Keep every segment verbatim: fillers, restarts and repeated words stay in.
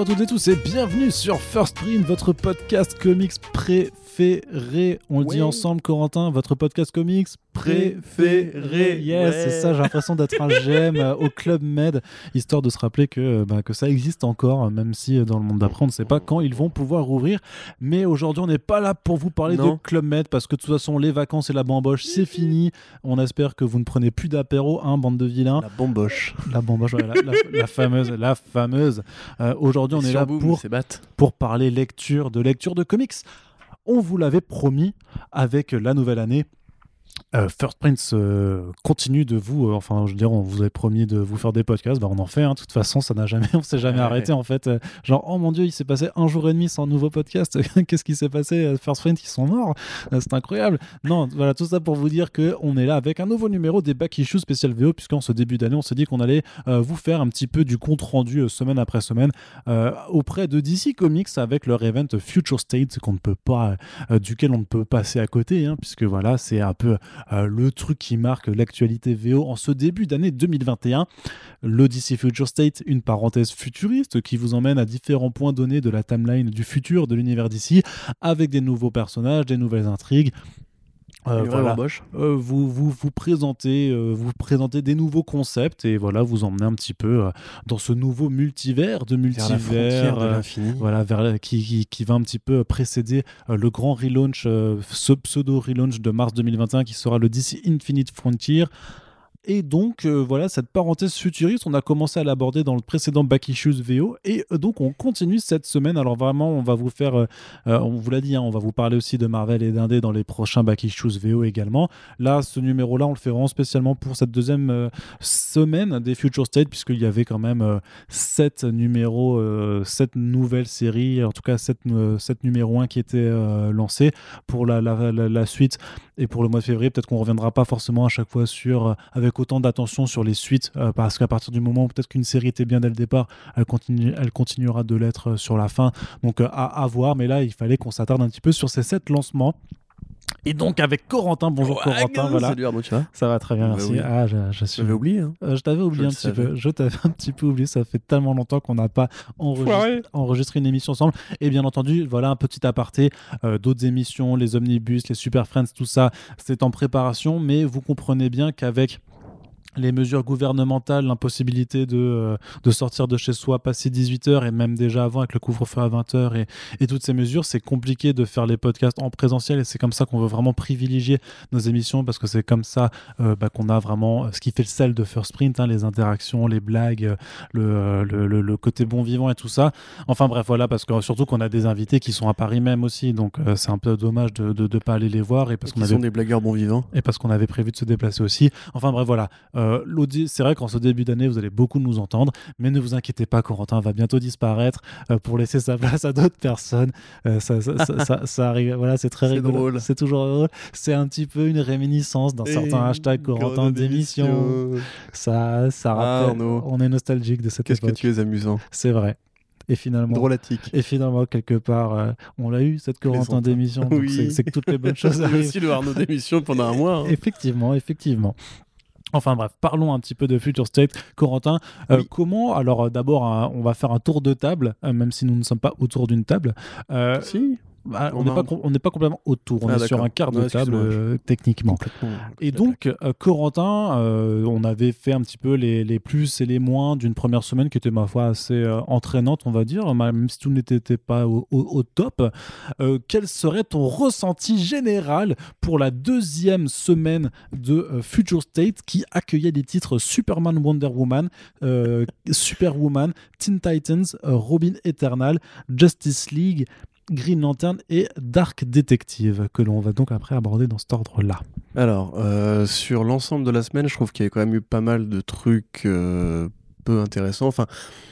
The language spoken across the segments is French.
Bonjour à toutes et tous et bienvenue sur First Print, votre podcast comics préféré. On le ouais. dit ensemble, Corentin, votre podcast comics préféré. Yes, ouais. C'est ça, j'ai l'impression d'être un G M euh, au Club Med, histoire de se rappeler que, bah, que ça existe encore, même si euh, dans le monde d'après, on ne sait pas quand ils vont pouvoir rouvrir. Mais aujourd'hui, on n'est pas là pour vous parler non. de Club Med, parce que de toute façon, les vacances et la bamboche, c'est fini. On espère que vous ne prenez plus d'apéro, hein, bande de vilains. La bamboche. La bamboche, ouais, la, la, la fameuse, la fameuse. Euh, aujourd'hui, on est là pour, pour parler lecture, de lecture de comics. On vous l'avait promis avec la nouvelle année. Euh, First Prince euh, continue de vous, euh, enfin je veux dire, on vous avait promis de vous faire des podcasts, bah on en fait, hein, de toute façon ça n'a jamais, on s'est jamais ouais. arrêté en fait, euh, genre oh mon dieu il s'est passé un jour et demi sans nouveau podcast, qu'est-ce qui s'est passé, First Prince ils sont morts, euh, c'est incroyable. Non voilà, tout ça pour vous dire qu'on est là avec un nouveau numéro des Back Issues spécial V O, puisqu'en ce début d'année on s'est dit qu'on allait euh, vous faire un petit peu du compte rendu euh, semaine après semaine euh, auprès de D C Comics avec leur event Future State qu'on ne peut pas, euh, duquel on ne peut passer à côté, hein, puisque voilà c'est un peu Euh, le truc qui marque l'actualité V O en ce début d'année deux mille vingt et un. Le D C Future State, une parenthèse futuriste qui vous emmène à différents points donnés de la timeline du futur de l'univers D C, avec des nouveaux personnages, des nouvelles intrigues. Euh, voilà. euh, vous, vous, vous, présentez, euh, vous présentez des nouveaux concepts et voilà, vous emmenez un petit peu euh, dans ce nouveau multivers de multivers vers la de euh, voilà, vers, qui, qui, qui va un petit peu précéder euh, le grand relaunch, euh, ce pseudo-relaunch de mars deux mille vingt et un qui sera le D C Infinite Frontier. Et donc, euh, voilà, cette parenthèse futuriste, on a commencé à l'aborder dans le précédent Back Issues V O. Et euh, donc, on continue cette semaine. Alors, vraiment, on va vous faire, euh, euh, on vous l'a dit, hein, on va vous parler aussi de Marvel et d'Indé dans les prochains Back Issues V O également. Là, ce numéro-là, on le fait vraiment spécialement pour cette deuxième euh, semaine des Future State, puisqu'il y avait quand même euh, sept numéros, euh, sept nouvelles séries, en tout cas sept, euh, sept numéros un qui étaient euh, lancés pour la, la, la, la suite. Et pour le mois de février, peut-être qu'on ne reviendra pas forcément à chaque fois sur, euh, avec autant d'attention sur les suites, euh, parce qu'à partir du moment où peut-être qu'une série était bien dès le départ, elle, continue, elle continuera de l'être euh, sur la fin. Donc euh, à, à voir, mais là, il fallait qu'on s'attarde un petit peu sur ces sept lancements. Et donc avec Corentin, bonjour oh, Corentin, voilà. Salut Arnaud, tu vas ? Ça va très bien, bah, merci. Oui. Ah, je, je suis. J'avais oublié. Hein. Euh, je t'avais oublié je un petit peu. Je t'avais un petit peu oublié. Ça fait tellement longtemps qu'on n'a pas enregistré, enregistré une émission ensemble. Et bien entendu, voilà un petit aparté. Euh, d'autres émissions, les Omnibus, les Super Friends, tout ça, c'est en préparation. Mais vous comprenez bien qu'avec les mesures gouvernementales, l'impossibilité de, euh, de sortir de chez soi passé dix-huit heures et même déjà avant avec le couvre-feu à vingt heures et, et toutes ces mesures, c'est compliqué de faire les podcasts en présentiel et c'est comme ça qu'on veut vraiment privilégier nos émissions parce que c'est comme ça euh, bah, qu'on a vraiment ce qui fait le sel de First Print, hein, les interactions, les blagues, le, le, le, le côté bon vivant et tout ça. Enfin bref, voilà, parce que surtout qu'on a des invités qui sont à Paris même aussi, donc euh, c'est un peu dommage de ne pas aller les voir. Et parce et qu'on avait... sont des blagueurs bon vivants. Et parce qu'on avait prévu de se déplacer aussi. Enfin bref, voilà. Euh, Euh, c'est vrai qu'en ce début d'année vous allez beaucoup nous entendre, mais ne vous inquiétez pas, Corentin va bientôt disparaître euh, pour laisser sa place à d'autres personnes. Euh, ça, ça, ça, ça, ça arrive, voilà, c'est très c'est rigolo, drôle. C'est toujours drôle. C'est un petit peu une réminiscence d'un certain hashtag Corentin d'émission. Ça, ça rappelle. Ah, on est nostalgique de cette Qu'est-ce époque. que tu es amusant. C'est vrai. Et finalement, drôlatique. Et finalement, quelque part, euh, on l'a eu, cette Corentin d'émission. Donc oui. c'est, c'est que toutes les bonnes choses arrivent. aussi le Arnaud d'émission pendant un mois. Hein. Effectivement, effectivement. Enfin bref, parlons un petit peu de Future State. Corentin, euh, oui. comment, alors euh, d'abord, un, on va faire un tour de table, euh, même si nous ne sommes pas autour d'une table. Euh, si Bah, on n'est pas, on n'est pas complètement autour, on ah, est d'accord. sur un quart de non, table euh, techniquement. Et donc, euh, Corentin, euh, on avait fait un petit peu les, les plus et les moins d'une première semaine qui était, ma foi, assez euh, entraînante, on va dire, même si tout n'était pas au, au, au top. Euh, quel serait ton ressenti général pour la deuxième semaine de euh, Future State qui accueillait des titres Superman, Wonder Woman, euh, Superwoman, Teen Titans, euh, Robin Eternal, Justice League, Green Lantern et Dark Detective, que l'on va donc après aborder dans cet ordre-là. Alors, euh, sur l'ensemble de la semaine, je trouve qu'il y a quand même eu pas mal de trucs euh, peu intéressants. Enfin,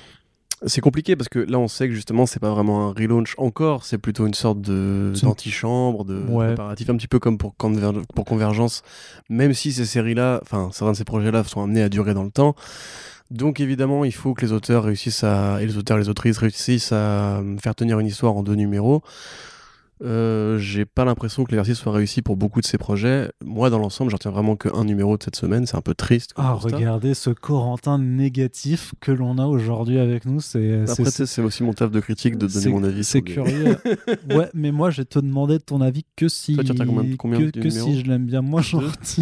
c'est compliqué parce que là, on sait que justement, c'est pas vraiment un relaunch encore, c'est plutôt une sorte de, d'antichambre, de ouais. préparatif, un petit peu comme pour, Conver- pour Convergence, même si ces séries-là, enfin, certains de ces projets-là sont amenés à durer dans le temps. Donc évidemment, il faut que les auteurs réussissent à, et les auteurs et les autrices réussissent à faire tenir une histoire en deux numéros. Euh, j'ai pas l'impression que l'exercice soit réussi pour beaucoup de ces projets. Moi, dans l'ensemble, j'en retiens vraiment qu'un numéro de cette semaine. C'est un peu triste. Ah, regardez ce Corentin négatif que l'on a aujourd'hui avec nous. C'est, Après, c'est, c'est aussi mon taf de critique de donner mon avis. C'est curieux. Ouais, mais moi, je vais te demander ton avis que si, Toi, tu retiens combien, combien que, que si je l'aime bien. Moi, j'en retiens.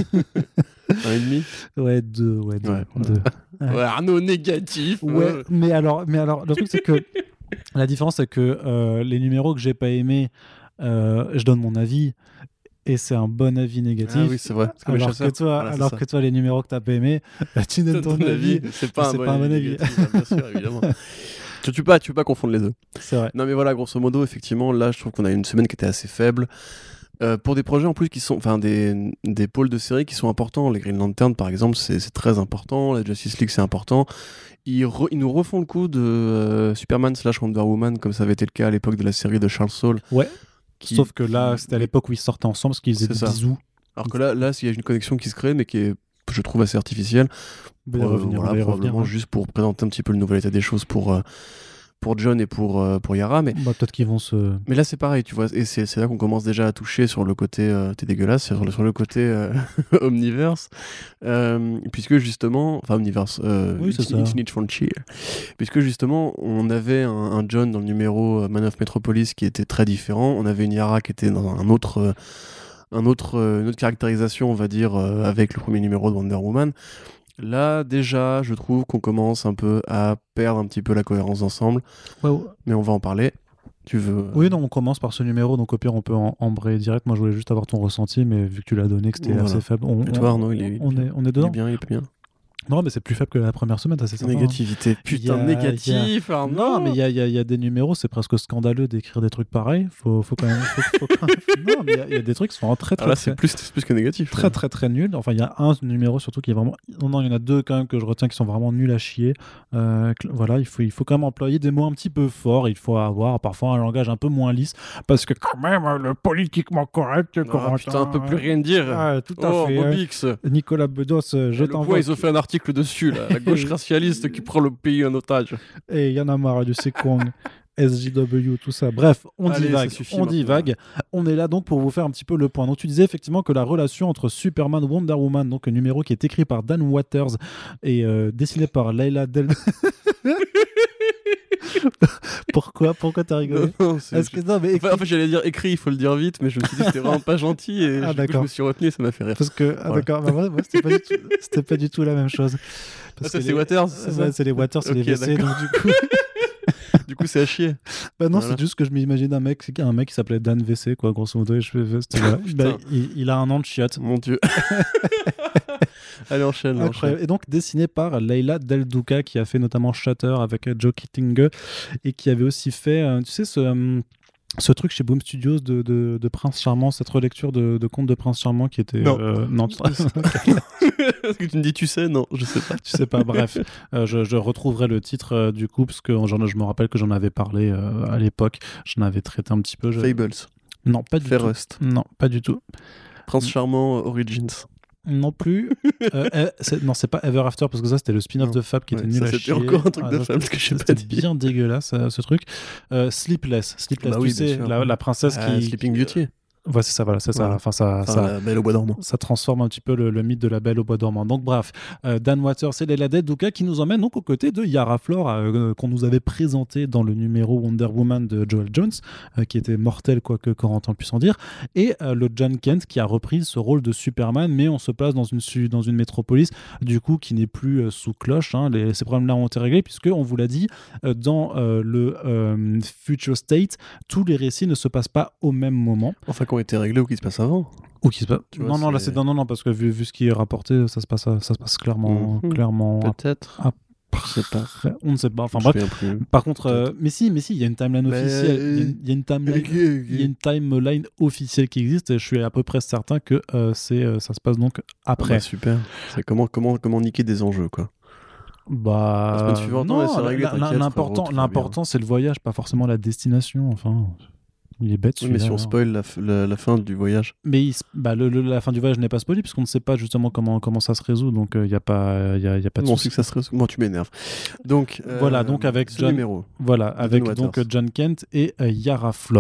Un et demi. Ouais, deux. Ouais, deux. Ouais, deux. Ouais. Ouais, Arnaud négatif. Ouais, ouais. mais alors, mais alors, le truc c'est que la différence c'est que euh, les numéros que j'ai pas aimés. Euh, je donne mon avis et c'est un bon avis négatif. Ah oui, c'est vrai. C'est alors que toi, voilà, alors que toi, les numéros que t'as pas aimés, bah, tu donnes ton, ton avis. C'est pas, c'est un, pas bon un bon avis. Négatif, bien sûr, évidemment. tu, tu, peux pas, tu peux pas confondre les deux. C'est vrai. Non, mais voilà, grosso modo, effectivement, là, je trouve qu'on a une semaine qui était assez faible. Euh, pour des projets en plus qui sont, enfin des, des pôles de séries qui sont importants. Les Green Lantern, par exemple, c'est, c'est très important. La Justice League, c'est important. Ils, re, ils nous refont le coup de euh, Superman slash Wonder Woman, comme ça avait été le cas à l'époque de la série de Charles Soule. Ouais. Qui, Sauf que là, qui... c'était à l'époque où ils sortaient ensemble, parce qu'ils faisaient des bisous. Alors que là, là, il y a une connexion qui se crée, mais qui est, je trouve, assez artificielle. Pour, euh, revenir, voilà, probablement revenir, juste pour présenter un petit peu le nouvel état des choses pour, euh, pour John et pour, euh, pour Yara. Mais... Bah, peut-être qu'ils vont se... Mais là, c'est pareil, tu vois. Et c'est, c'est là qu'on commence déjà à toucher sur le côté... Euh, t'es dégueulasse, sur le, sur le côté euh, Omniverse. Euh, puisque justement... Enfin, Omniverse. Euh, oui, c'est ça. Infinite Frontier. Puisque justement, on avait un, un John dans le numéro Man of Metropolis qui était très différent. On avait une Yara qui était dans un autre... Euh, un autre, euh, une autre caractérisation, on va dire, euh, avec le premier numéro de Wonder Woman. Là, déjà, je trouve qu'on commence un peu à perdre un petit peu la cohérence d'ensemble. Ouais, ouais. Mais on va en parler. Tu veux... euh... Oui, non, on commence par ce numéro, donc au pire, on peut en- embrayer direct. Moi, je voulais juste avoir ton ressenti, mais vu que tu l'as donné, que c'était voilà. assez faible. On, Et toi, Arnaud, il est, on, est, on est dedans. Il est bien, il est bien. Non, mais c'est plus faible que la première semaine, ça c'est certain. Négativité, hein. putain, a, négatif, a... Arnaud. Non, mais il y a, y, a, y a des numéros, c'est presque scandaleux d'écrire des trucs pareils. Faut, faut quand même. Faut, faut quand même... Non, mais il y, y a des trucs qui sont très, très. Ah là, très... c'est plus, c'est plus que négatif. Très, très, très, très nul. Enfin, il y a un numéro surtout qui est vraiment. Non, non, il y en a deux quand même que je retiens qui sont vraiment nuls à chier. Euh, voilà, il faut, il faut quand même employer des mots un petit peu forts. Il faut avoir parfois un langage un peu moins lisse. Parce que, quand même, le politiquement correct. Ah, putain, on peut plus rien dire. Ah, tout à oh, fait. Bobix. Nicolas Bedos, je le t'envoie. Ils ont fait un article dessus, là. La gauche racialiste qui prend le pays en otage. Et il y en a marre du Sekong, S J W, tout ça. Bref, on Allez, divague. On divague. On est là donc pour vous faire un petit peu le point. Donc tu disais effectivement que la relation entre Superman et Wonder Woman, donc un numéro qui est écrit par Dan Waters et euh, dessiné par Leila Del... Pourquoi Pourquoi t'as rigolé? Non, non, c'est... Est-ce que... non mais écrit... En fait, j'allais dire écrit, il faut le dire vite, mais je me suis dit que c'était vraiment pas gentil et ah, du coup, je me suis retenu et ça m'a fait rire. Parce que, ah, voilà. D'accord, bah, moi, moi, c'était, pas du tout... c'était pas du tout la même chose. Parce ah, ça, que c'est les... Waters c'est, ouais, c'est les Waters, c'est okay, les V C, donc du coup... du coup, c'est à chier. Bah non, voilà. C'est juste que je m'imagine un mec, un mec qui s'appelait Dan V C, quoi, grosso modo. Et je fais, voilà. bah, il, il a un an de chiotte. Mon Dieu. Allez, enchaîne, enchaîne. Et donc dessiné par Leila Del Duca, qui a fait notamment Shatter avec Joe Kittinge et qui avait aussi fait, euh, tu sais, ce, euh, ce truc chez Boom Studios de, de, de Prince Charmant, cette relecture de, de conte de Prince Charmant qui était... Non. Euh, non, tu... Est-ce que tu me dis tu sais? Non, je sais pas. Tu sais pas, bref. Euh, je, je retrouverai le titre euh, du coup, parce que genre, je me rappelle que j'en avais parlé euh, à l'époque. J'en avais traité un petit peu. Je... Fables. Non, pas du Fairest. tout. Non, pas du tout. Prince Charmant Origins. Non plus. euh, c'est, non, c'est pas Ever After parce que ça c'était le spin-off non. de Fab qui ouais, était nul ça, à c'était chier. C'était encore un truc ah, de ça, Fab que je sais pas C'était dire. bien dégueulasse ce truc. Euh, Sleepless, Sleepless, bah, tu oui, sais, la, la princesse ah, qui. Sleeping Beauty. Ouais, c'est ça, voilà, c'est voilà. ça. Enfin, ça, enfin, ça, la Belle au bois dormant. Ça transforme un petit peu le, le mythe de la Belle au bois dormant. Donc, bref, euh, Dan Waters et Leila Del Duca qui nous emmènent donc aux côtés de Yara Flor, euh, qu'on nous avait présenté dans le numéro Wonder Woman de Joel Jones, euh, qui était mortel, quoi que Corentin puisse en dire, et euh, le John Kent qui a repris ce rôle de Superman, mais on se place dans une, dans une métropolis, du coup, qui n'est plus euh, sous cloche. Hein, les, ces problèmes-là ont été réglés, puisqu'on vous l'a dit, euh, dans euh, le euh, Future State, tous les récits ne se passent pas au même moment. Enfin, qui ont été réglés ou qui se passent avant. Ou qui se passe. Non, vois, non, c'est... là c'est non, non, non, parce que vu, vu ce qui est rapporté, ça se passe, ça se passe clairement, mmh. clairement. Peut-être. Après, je sais pas. On ne sait pas. Enfin bref. Par contre, euh, mais si, mais si, il y a une timeline mais officielle. Il y, y a une timeline, il y a une timeline officielle qui existe. Et je suis à peu près certain que euh, c'est, euh, ça se passe donc après. Ah bah, super. C'est comment, comment, comment niquer des enjeux, quoi. Bah. Suivante, non, c'est réglé, l'important, frérot, l'important, c'est le voyage, pas forcément la destination. Enfin. Il est bête. Oui, mais si on spoil la, la, la fin du voyage. Mais il, bah, le, le, la fin du voyage n'est pas spoilée puisqu'on ne sait pas justement comment, comment ça se résout. Donc il euh, n'y a pas, y a, y a pas de. Bon, on sait que ça se résout. Moi, tu m'énerves. Donc euh, voilà, donc avec John. Numéro. Voilà, avec donc John Kent et euh, Yara Flor.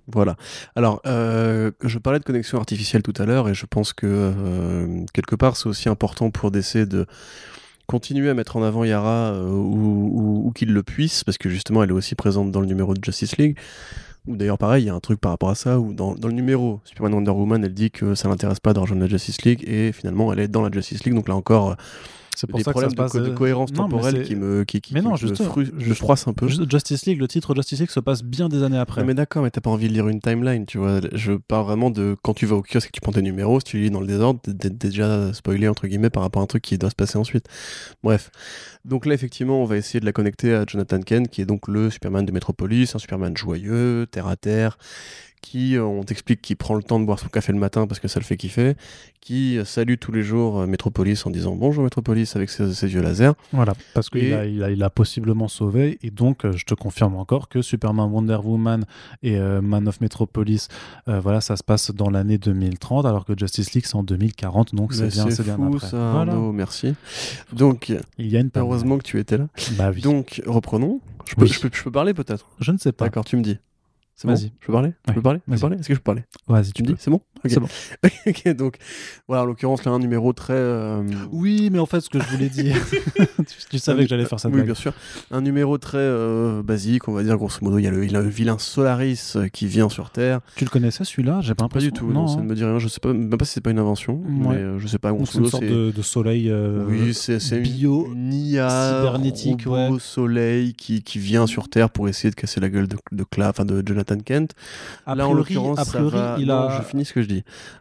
Voilà. Alors, euh, je parlais de connexion artificielle tout à l'heure, et je pense que euh, quelque part, c'est aussi important pour D C de continuer à mettre en avant Yara euh, où, où, où qu'il le puisse, parce que justement, elle est aussi présente dans le numéro de Justice League. Ou d'ailleurs, pareil, il y a un truc par rapport à ça, où dans, dans le numéro Superman Wonder Woman, elle dit que ça l'intéresse pas de rejoindre la Justice League, et finalement, elle est dans la Justice League, donc là encore. C'est pour des ça problèmes que ça de, co- de cohérence non, temporelle qui me, qui, qui, mais non, qui juste, me fru- je froisse un peu. Justice League, le titre Justice League se passe bien des années après. Non mais d'accord, mais t'as pas envie de lire une timeline, tu vois. Je parle vraiment de quand tu vas au kiosque et que tu prends tes numéros, si tu lis dans le désordre, t'es déjà spoilé entre guillemets par rapport à un truc qui doit se passer ensuite. Bref. Donc là, effectivement, on va essayer de la connecter à Jonathan Kent, qui est donc le Superman de Metropolis, un Superman joyeux, terre à terre, qui, euh, on t'explique qu'il prend le temps de boire son café le matin parce que ça le fait kiffer, qui euh, salue tous les jours euh, Metropolis en disant bonjour Metropolis avec ses, ses yeux laser. Voilà, parce qu'il et... a, il a, il a possiblement sauvé, et donc euh, je te confirme encore que Superman, Wonder Woman et euh, Man of Metropolis, euh, voilà, ça se passe dans l'année deux mille trente, alors que Justice League c'est en deux mille quarante, donc c'est bien, c'est bien fou, après. Ça, voilà. Arnaud, merci. Donc, il y a une heureusement que tu étais là. Bah oui. Donc, reprenons. Je peux, oui. je peux, je peux parler peut-être. Je ne sais pas. D'accord, tu me dis. C'est bon. Vas-y. Je peux parler Je ouais. peux parler, je peux parler Est-ce que je peux parler Vas-y, tu me dis. C'est bon. Okay. C'est bon. Ok, donc voilà, en l'occurrence là un numéro très. Euh... Oui, mais en fait, ce que je voulais dire, tu, tu savais un, que j'allais faire ça. Oui, blague. Bien sûr. Un numéro très euh, basique, on va dire grosso modo. Il y a le, il y a le vilain Solaris euh, qui vient sur Terre. Tu le connaissais celui-là? J'ai pas l'impression. Pas du tout. Non, non, ça ne me dit rien. Je sais pas, même pas si c'est pas une invention. Ouais. Mais euh, je sais pas. C'est une sorte de, de soleil. Euh, oui, c'est, c'est bio, une I A cybernétique, robot ouais. soleil qui, qui vient sur Terre pour essayer de casser la gueule de, de, Cla, enfin de Jonathan Kent. A là, priori, en l'occurrence, a priori, ça va... il non, a. Je finis ce que je dis.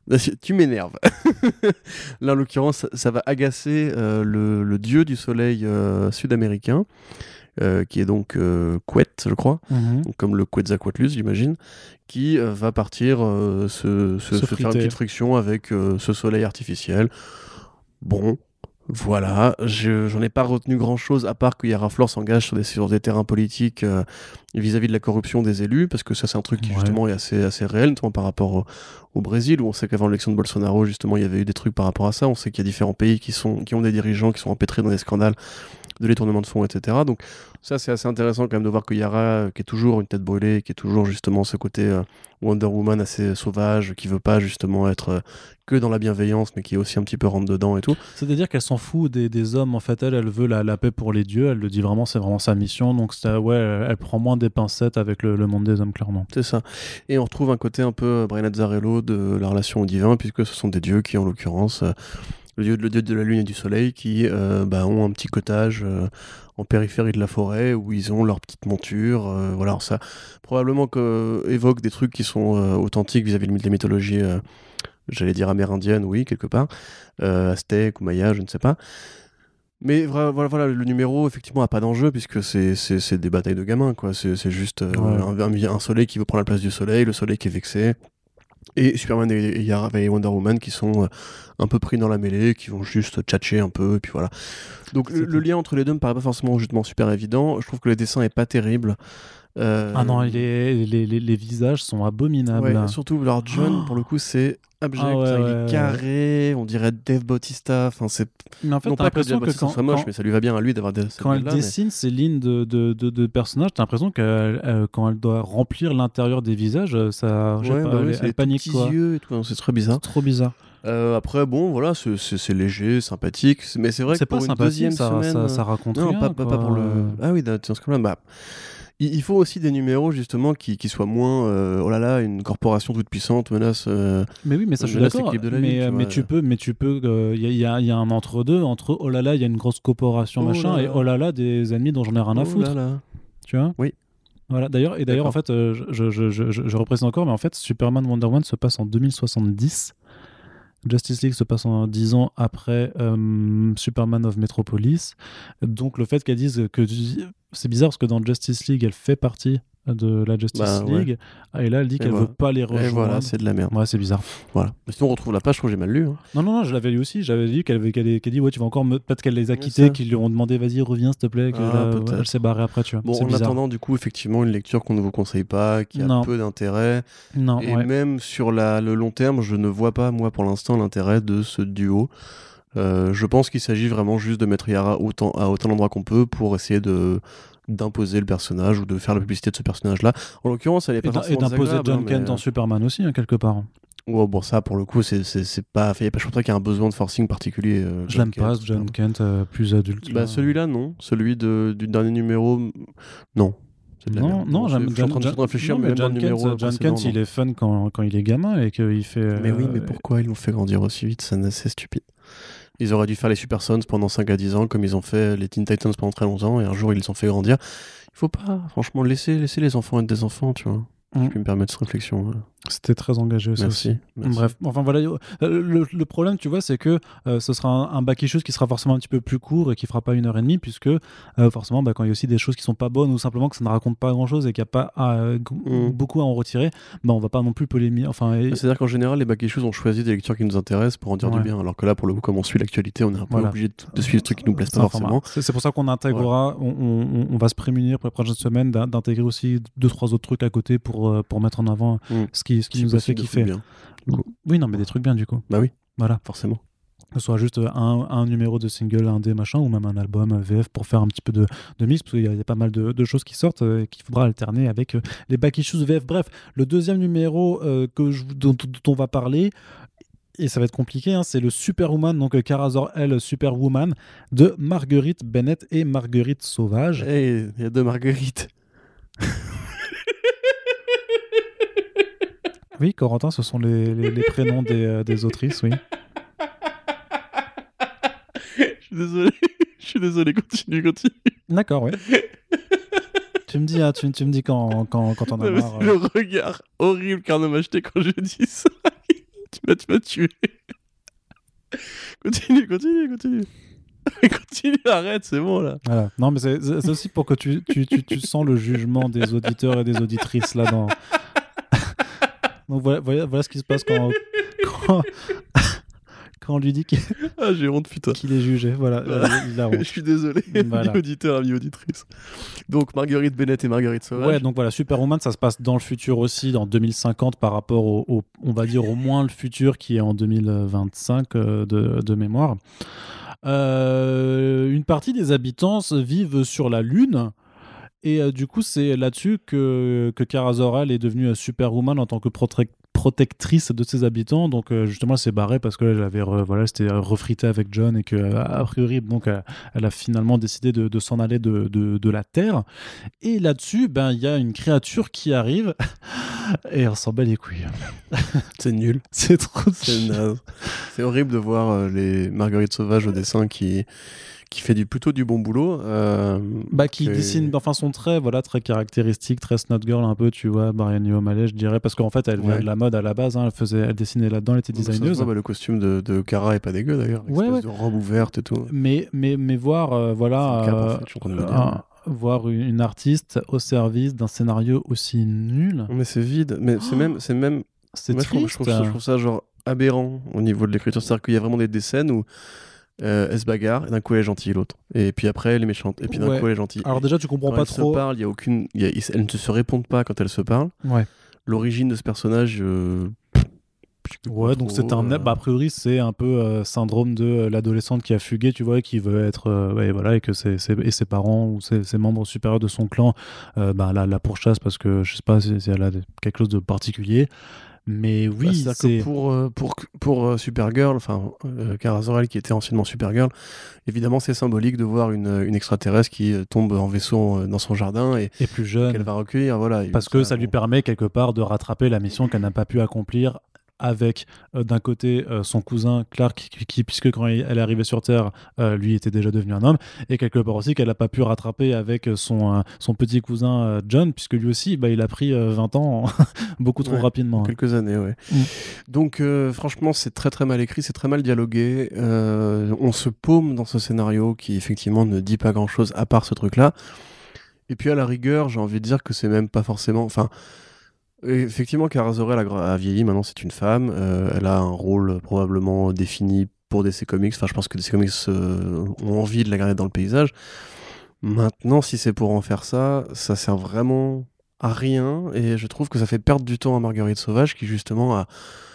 Tu m'énerves. Là, en l'occurrence, ça, ça va agacer euh, le, le dieu du soleil euh, sud-américain, euh, qui est donc euh, Quet, je crois, mm-hmm. donc, comme le Quetzalcoatlus, j'imagine, qui euh, va partir euh, se, se, se, se faire une petite friction avec euh, ce soleil artificiel. Bon. Voilà, je, j'en ai pas retenu grand-chose, à part que Yara Flor s'engage sur des, sur des terrains politiques euh, vis-à-vis de la corruption des élus, parce que ça c'est un truc qui ouais. justement est assez, assez réel, notamment par rapport au, au Brésil, où on sait qu'avant l'élection de Bolsonaro, justement, il y avait eu des trucs par rapport à ça. On sait qu'il y a différents pays qui, sont, qui ont des dirigeants qui sont empêtrés dans des scandales de détournement de fonds, et cetera. Donc ça c'est assez intéressant quand même de voir que Yara, qui est toujours une tête brûlée, qui est toujours justement ce côté euh, Wonder Woman assez sauvage, qui veut pas justement être euh, que dans la bienveillance, mais qui est aussi un petit peu rentre dedans et tout. C'est-à-dire qu'elle s'en fout des, des hommes, en fait, elle, elle veut la, la paix pour les dieux, elle le dit vraiment, c'est vraiment sa mission, donc c'est, ouais, elle, elle prend moins des pincettes avec le, le monde des hommes, clairement. C'est ça. Et on retrouve un côté un peu Brian Azzarello de la relation au divin, puisque ce sont des dieux qui, en l'occurrence, euh, le, dieu, le dieu de la lune et du soleil, qui euh, bah, ont un petit cottage euh, en périphérie de la forêt, où ils ont leur petite monture. Euh, voilà, alors ça probablement que, euh, évoque des trucs qui sont euh, authentiques vis-à-vis de la mythologie euh, j'allais dire amérindienne, oui, quelque part, euh, aztèque ou maya, je ne sais pas. Mais voilà, voilà, le numéro, effectivement, n'a pas d'enjeu, puisque c'est, c'est, c'est des batailles de gamins, quoi. C'est, c'est juste euh, ouais. un, un soleil qui veut prendre la place du soleil, le soleil qui est vexé, et Superman et, et, et Wonder Woman qui sont euh, un peu pris dans la mêlée, qui vont juste tchatcher un peu, et puis voilà. Donc le, le lien entre les deux me paraît pas forcément justement super évident. Je trouve que le dessin est pas terrible. Euh... Ah non, les, les, les, les visages sont abominables. Ouais, surtout, alors John, oh. pour le coup, c'est abject. Ah ouais, il ouais, est carré, ouais. On dirait Dave Bautista. Enfin, c'est... Mais en fait, non t'as pas l'impression que, que, que quand, soit moche, quand... mais ça lui va bien à lui d'avoir des. Quand elle là, dessine mais... ces lignes de, de, de, de personnages, t'as l'impression que euh, quand elle doit remplir l'intérieur des visages, ça, je sais ouais, pas, bah elle, ouais, elle panique quoi. Yeux et tout, non, c'est très bizarre. C'est trop bizarre. Euh, après, bon, voilà, c'est, c'est, c'est léger, sympathique, mais c'est vrai c'est que pour pas une deuxième ça, semaine, ça, ça raconte non, rien. pas, pas, pas pour le. Ah oui, dans ce cas-là, bah. Il faut aussi des numéros justement qui, qui soient moins euh, oh là là, une corporation toute puissante menace. Euh, mais oui, mais ça je suis d'accord. De la mais, vie, tu mais tu peux, mais tu peux. Il euh, y, y, a, y a un entre deux entre oh là là, il y a une grosse corporation oh machin et oh là là des ennemis dont j'en ai rien à oh foutre. Là là. Tu vois. Oui. Voilà. D'ailleurs et d'ailleurs d'accord. En fait, euh, je, je, je, je, je représente encore, mais en fait, Superman Wonder Woman se passe en deux mille soixante-dix. Justice League se passe en dix ans après euh, Superman of Metropolis. Donc le fait qu'elle dise que c'est bizarre parce que dans Justice League elle fait partie de la Justice bah, League ouais. Et là elle dit et qu'elle voilà. veut pas les rejoindre. Et voilà, c'est de la merde. Ouais, c'est bizarre. Voilà. Mais sinon on retrouve la page, je crois que j'ai mal lu. Hein. Non non non, je l'avais lu aussi. J'avais lu qu'elle qu'elle, qu'elle dit ouais tu vas encore me... peut-être qu'elle les a quittés, qu'ils lui ont demandé vas-y reviens s'il te plaît. Que ah, là, ouais, elle s'est barrée après tu vois. Bon c'est en bizarre. attendant du coup effectivement une lecture qu'on ne vous conseille pas, qui a non. peu d'intérêt. Non. Et ouais. même sur la, le long terme, je ne vois pas moi pour l'instant l'intérêt de ce duo. Euh, je pense qu'il s'agit vraiment juste de mettre Yara autant, à autant d'endroits qu'on peut pour essayer de, d'imposer le personnage ou de faire la publicité de ce personnage-là. En l'occurrence, elle est pas et forcément et d'imposer John hein, Kent mais... en Superman aussi, hein, quelque part. Oh, bon, ça, pour le coup, c'est, c'est, c'est pas... Je pense pas qu'il y a un besoin de forcing particulier. Euh, je l'aime Kent, pas, ce John Kent euh, plus adulte. Bah, là. Celui-là, non. Celui de, du dernier numéro, non. Non, non, j'aime je suis en train de réfléchir, non, mais, mais John, Kent, John Kent, il est fun quand, quand il est gamin et qu'il fait. Mais euh, oui, mais pourquoi ils l'ont fait grandir aussi vite? C'est assez stupide. Ils auraient dû faire les Super Sons pendant cinq à dix ans, comme ils ont fait les Teen Titans pendant très longtemps, et un jour ils les ont fait grandir. Il faut pas, franchement, laisser, laisser les enfants être des enfants, tu vois. Mm. Je peux me permettre cette réflexion. Ouais. C'était très engagé aussi. Merci, merci. Bref, enfin voilà, le, le problème, tu vois, c'est que euh, ce sera un, un back issues qui sera forcément un petit peu plus court et qui fera pas une heure et demie, puisque euh, forcément, bah, quand il y a aussi des choses qui sont pas bonnes ou simplement que ça ne raconte pas grand chose et qu'il n'y a pas euh, mm. beaucoup à en retirer, bah, on va pas non plus polémiquer. Enfin, et... C'est-à-dire qu'en général, les back issues ont choisi des lectures qui nous intéressent pour en dire ouais. du bien, alors que là, pour le coup, comme on suit l'actualité, on est un peu voilà. obligé de, de suivre des trucs qui nous plaisent pas forcément. C'est, c'est pour ça qu'on intégrera, ouais. on, on, on va se prémunir pour les prochaines semaines d'intégrer aussi deux trois autres trucs à côté pour, pour mettre en avant mm. ce qui, ce qui nous a fait kiffer. Bien. Oui, non, mais des trucs bien du coup. Bah oui, voilà, forcément. Que ce soit juste un, un numéro de single, un des machins, ou même un album V F pour faire un petit peu de, de mix, parce qu'il y, y a pas mal de, de choses qui sortent et qu'il faudra alterner avec euh, les back issues V F. Bref, le deuxième numéro euh, que je, dont, dont on va parler, et ça va être compliqué, hein, c'est le Superwoman, donc Kara Zor-El Superwoman, de Marguerite Bennett et Marguerite Sauvage. Il hey, y a deux Marguerites. Oui, Corentin, ce sont les, les, les prénoms des, euh, des autrices, oui. Je suis désolé, je suis désolé, continue, continue. D'accord, ouais. tu me dis, hein, tu, tu me dis quand, quand, quand on a marre. Euh... Le regard horrible qu'Arnaud m'a acheté quand je dis ça. tu, m'as, tu m'as tué. Continue, continue, continue. Continue, arrête, c'est bon là. Voilà. Non, mais c'est, c'est aussi pour que tu, tu, tu, tu sens le jugement des auditeurs et des auditrices là dans. Donc voilà, voilà, voilà ce qui se passe quand, quand, quand on lui dit qu'il, ah, j'ai honte, putain. qu'il est jugé. Voilà, voilà. Il a honte. Je suis désolé, voilà. Ami auditeur, ami auditrice. Donc Marguerite Bennett et Marguerite Sauvage. Ouais, donc voilà, Superwoman, ça se passe dans le futur aussi, dans deux mille cinquante, par rapport au, au on va dire au moins le futur qui est en deux mille vingt-cinq euh, de, de mémoire. Euh, une partie des habitants vivent sur la Lune. Et euh, du coup, c'est là-dessus que, que Kara Zor-El est devenue euh, Superwoman en tant que prote- protectrice de ses habitants. Donc, euh, justement, elle s'est barrée parce qu'elle avait re, voilà, c'était refritée avec John et qu'a priori, donc, elle, elle a finalement décidé de, de s'en aller de, de, de la Terre. Et là-dessus, ben, il y a une créature qui arrive et on s'en bat les couilles. C'est nul. C'est trop C'est naze. C'est horrible de voir euh, les Marguerites Sauvages au dessin qui... qui fait du, plutôt du bon boulot. Euh, bah, qui et... dessine enfin, son trait, voilà, très caractéristique, très snot girl un peu, tu vois, Marianne O'Malley, je dirais, parce qu'en fait, elle vient ouais. de la mode à la base, hein, elle, faisait, elle dessinait là-dedans, elle était designeuse. Voit, bah, le costume de, de Kara est pas dégueu d'ailleurs, une ouais, espèce ouais. de robe ouverte et tout. Mais, mais, mais voir, euh, voilà, cap, euh, en fait, je euh, un, voir une artiste au service d'un scénario aussi nul. Mais c'est vide, mais c'est même... C'est, même... c'est Moi, triste. Je trouve, je, trouve ça, je trouve ça genre aberrant au niveau de l'écriture, c'est-à-dire qu'il y a vraiment des, des scènes où Euh, elle se bagarre et d'un coup elle est gentille l'autre et puis après elle est méchante et puis d'un ouais. coup elle est gentille. Alors déjà tu comprends quand pas elles trop. Se parlent, y a aucune, y a, elles ne se répondent pas quand elles se parlent. Ouais. L'origine de ce personnage. Euh... Ouais, donc c'est un. Euh... Bah, a priori c'est un peu euh, syndrome de euh, l'adolescente qui a fugué, tu vois, et qui veut être euh, ouais, voilà, et que c'est, c'est et ses parents ou ses, ses membres supérieurs de son clan euh, bah la, la pourchasse parce que je sais pas si, si elle a quelque chose de particulier. Mais oui, bah, c'est-à-dire c'est que pour euh, pour pour euh, Supergirl, enfin euh, Kara Zor-El qui était anciennement Supergirl, évidemment c'est symbolique de voir une une extraterrestre qui euh, tombe en vaisseau euh, dans son jardin et, et plus jeune qu'elle va recueillir, voilà. Parce que ça, ça lui permet quelque part de rattraper la mission qu'elle n'a pas pu accomplir. Avec euh, d'un côté euh, son cousin Clark qui, qui puisque quand il, elle est arrivée sur Terre euh, lui était déjà devenu un homme et quelque part aussi qu'elle n'a pas pu rattraper avec son, euh, son petit cousin euh, John puisque lui aussi bah, il a pris euh, vingt ans beaucoup trop ouais, rapidement quelques années ouais. Mm. Donc euh, franchement c'est très très mal écrit, c'est très mal dialogué, euh, on se paume dans ce scénario qui effectivement ne dit pas grand chose à part ce truc là et puis à la rigueur j'ai envie de dire que c'est même pas forcément enfin effectivement, Kara Zor-El a, a vieilli, maintenant c'est une femme, euh, elle a un rôle probablement défini pour D C Comics, enfin je pense que D C Comics euh, ont envie de la garder dans le paysage. Maintenant, si c'est pour en faire ça, ça sert vraiment à rien, et je trouve que ça fait perdre du temps à Marguerite Sauvage, qui justement a,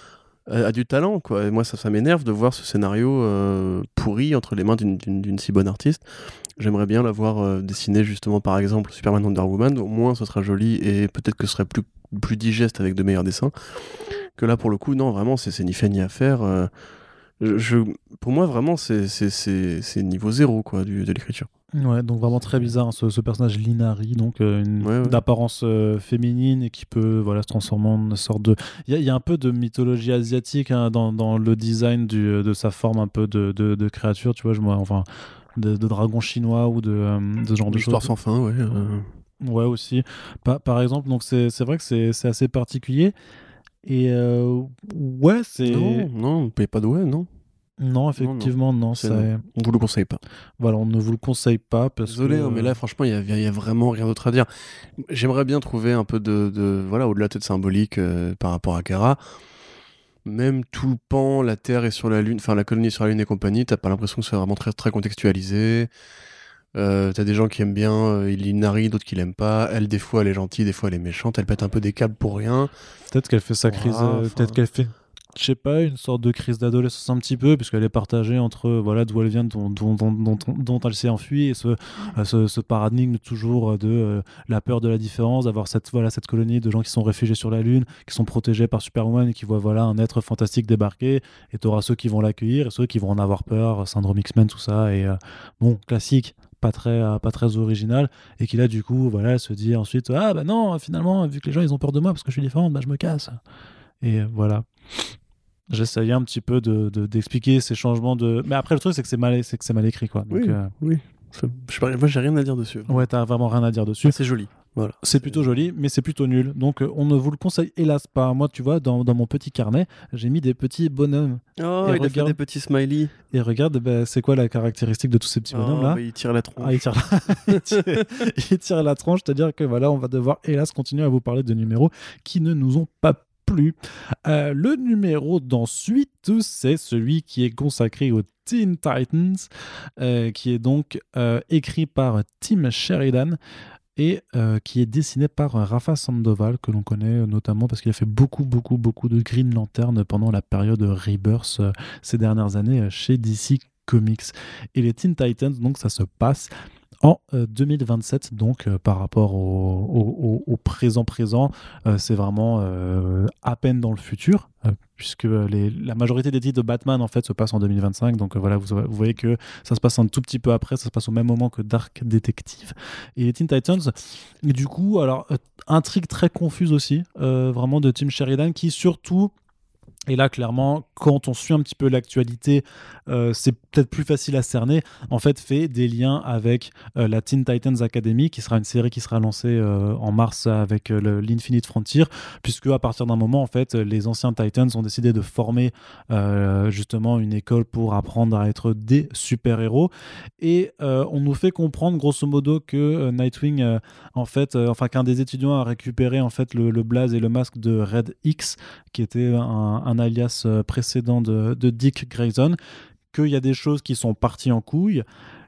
a, a du talent, quoi. Et moi, ça, ça m'énerve de voir ce scénario euh, pourri entre les mains d'une, d'une, d'une si bonne artiste. J'aimerais bien l'avoir euh, dessiné, justement, par exemple, Superman Wonder Woman. Au moins, ce sera joli et peut-être que ce serait plus, plus digeste avec de meilleurs dessins. Que là, pour le coup, non, vraiment, c'est, c'est ni fait ni à faire. Euh, je, je, pour moi, vraiment, c'est, c'est, c'est, c'est niveau zéro, quoi, du, de l'écriture. Ouais, donc vraiment très bizarre hein, ce, ce personnage Linari, donc euh, une, Ouais, ouais. d'apparence euh, féminine et qui peut voilà, se transformer en une sorte de... Il y, y a un peu de mythologie asiatique hein, dans, dans le design du, de sa forme un peu de, de, de créature, tu vois, je, moi, enfin, de, de dragon chinois ou de, euh, de ce genre de choses. L'histoire sans fin, ouais. Euh... Ouais, aussi. Pa- par exemple, donc c'est, c'est vrai que c'est, c'est assez particulier. Et euh, ouais, c'est... Non, non, ne payez pas de ouais, non. Non, effectivement, non. non c'est ça... non. On vous le conseille pas. Voilà, on ne vous le conseille pas parce Désolé, que... hein, mais là, franchement, il y, y a vraiment rien d'autre à dire. J'aimerais bien trouver un peu de, de voilà, au-delà de symbolique euh, par rapport à Kara. Même tout le pan, la Terre est sur la Lune, enfin la colonie est sur la Lune et compagnie, t'as pas l'impression que c'est vraiment très, très contextualisé. Euh, t'as des gens qui aiment bien euh, Linari, d'autres qui l'aiment pas. Elle, des fois, elle est gentille, des fois, elle est méchante. Elle pète un peu des câbles pour rien. Peut-être qu'elle fait sa crise, Ah, euh, peut-être qu'elle fait, je sais pas, une sorte de crise d'adolescence un petit peu, puisqu'elle est partagée entre voilà d'où elle vient, dont, dont, dont, dont, dont elle s'est enfuie, et ce, euh, ce, ce paradigme toujours de euh, la peur de la différence, d'avoir cette, voilà, cette colonie de gens qui sont réfugiés sur la Lune, qui sont protégés par Superwoman et qui voient voilà, un être fantastique débarquer, et t'auras ceux qui vont l'accueillir et ceux qui vont en avoir peur, syndrome X-Men, tout ça, et euh, bon, classique. Pas très, euh, pas très original, et qui là du coup voilà elle se dit ensuite ah bah non finalement vu que les gens ils ont peur de moi parce que je suis différente bah je me casse et euh, voilà j'essayais un petit peu de, de, d'expliquer ces changements de mais après le truc c'est que c'est mal, c'est que c'est mal écrit quoi donc, oui, euh... oui. Ça, je sais pas, moi j'ai rien à dire dessus. Ouais t'as vraiment rien à dire dessus. Ah, c'est joli. Voilà. C'est, c'est plutôt joli, mais c'est plutôt nul. Donc, euh, on ne vous le conseille hélas pas. Moi, tu vois, dans, dans mon petit carnet, j'ai mis des petits bonhommes. Oh, et il regarde... a fait des petits smileys. Et regarde, bah, c'est quoi la caractéristique de tous ces petits oh, bonhommes-là bah, il tire la tronche. Ah, il tire la... il tire... il tire la tronche, c'est-à-dire que voilà, on va devoir hélas continuer à vous parler de numéros qui ne nous ont pas plu. Euh, le numéro d'ensuite, c'est celui qui est consacré aux Teen Titans, euh, qui est donc euh, écrit par Tim Sheridan et euh, qui est dessiné par Rafa Sandoval, que l'on connaît notamment parce qu'il a fait beaucoup, beaucoup, beaucoup de Green Lantern pendant la période Rebirth euh, ces dernières années euh, chez D C Comics. Et les Teen Titans, donc ça se passe en euh, deux mille vingt-sept, donc euh, par rapport au, au, au, au présent présent, euh, c'est vraiment euh, à peine dans le futur, euh, puisque les, la majorité des titres de Batman en fait se passent en deux mille vingt-cinq, donc euh, voilà, vous, vous voyez que ça se passe un tout petit peu après, ça se passe au même moment que Dark Detective. Et les Teen Titans, et du coup, alors, euh, intrigue très confuse aussi, euh, vraiment de Tim Sheridan, qui surtout... Et là, clairement, quand on suit un petit peu l'actualité, euh, c'est peut-être plus facile à cerner. En fait, fait des liens avec euh, la Teen Titans Academy, qui sera une série qui sera lancée euh, en mars avec euh, le, l'Infinite Frontier, puisque à partir d'un moment, en fait, les anciens Titans ont décidé de former euh, justement une école pour apprendre à être des super-héros. Et euh, on nous fait comprendre, grosso modo, que euh, Nightwing, euh, en fait, euh, enfin qu'un des étudiants a récupéré en fait le, le blaze et le masque de Red X, qui était un, un alias précédent de, de Dick Grayson, qu'il y a des choses qui sont parties en couille.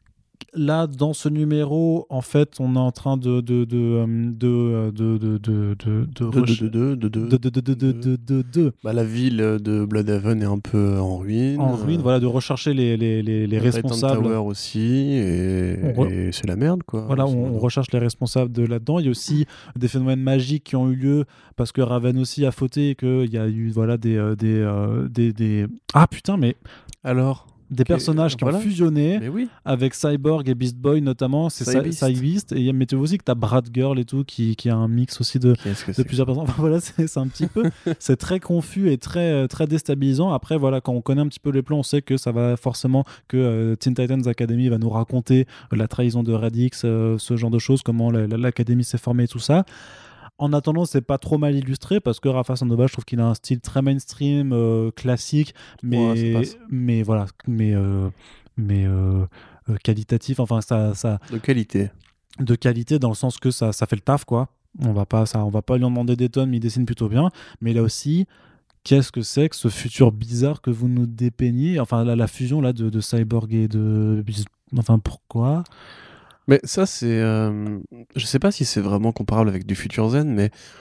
Là, dans ce numéro, en fait, on est en train de de de de de de de de de de de de de bah la ville de Bloodhaven est un peu en ruine. En ruine, voilà, de rechercher les les les, les responsables. Tower aussi, et, re... et c'est la merde quoi. Voilà, on, on recherche les responsables de là-dedans. Il y a aussi des phénomènes magiques qui ont eu lieu parce que Raven aussi a fauté et qu'il y a eu voilà des des euh, des, des ah putain mais alors. Des personnages qui voilà. ont fusionné oui. avec Cyborg et Beast Boy notamment, c'est Cybeast. Et mais tu vois aussi que t'as Brad Girl et tout qui, qui a un mix aussi de, de plusieurs personnes. Enfin voilà, c'est, c'est un petit peu, c'est très confus et très, très déstabilisant. Après voilà, quand on connaît un petit peu les plans, on sait que ça va forcément que euh, Teen Titans Academy va nous raconter euh, la trahison de Radix, euh, ce genre de choses, comment la, la, l'académie s'est formée et tout ça. En attendant, c'est pas trop mal illustré parce que Rafa Sandoval, je trouve qu'il a un style très mainstream, euh, classique, mais, ouais, mais voilà, mais, euh, mais euh, euh, qualitatif. Enfin, ça, ça. De qualité. De qualité dans le sens que ça, ça fait le taf, quoi. On va pas, ça, on va pas lui en demander des tonnes, mais il dessine plutôt bien. Mais là aussi, qu'est-ce que c'est que ce futur bizarre que vous nous dépeignez ? Enfin, la, la fusion là de, de Cyborg et de, enfin, pourquoi ? Mais ça, c'est. Euh... Je sais pas si c'est vraiment comparable avec du Future Zen, mais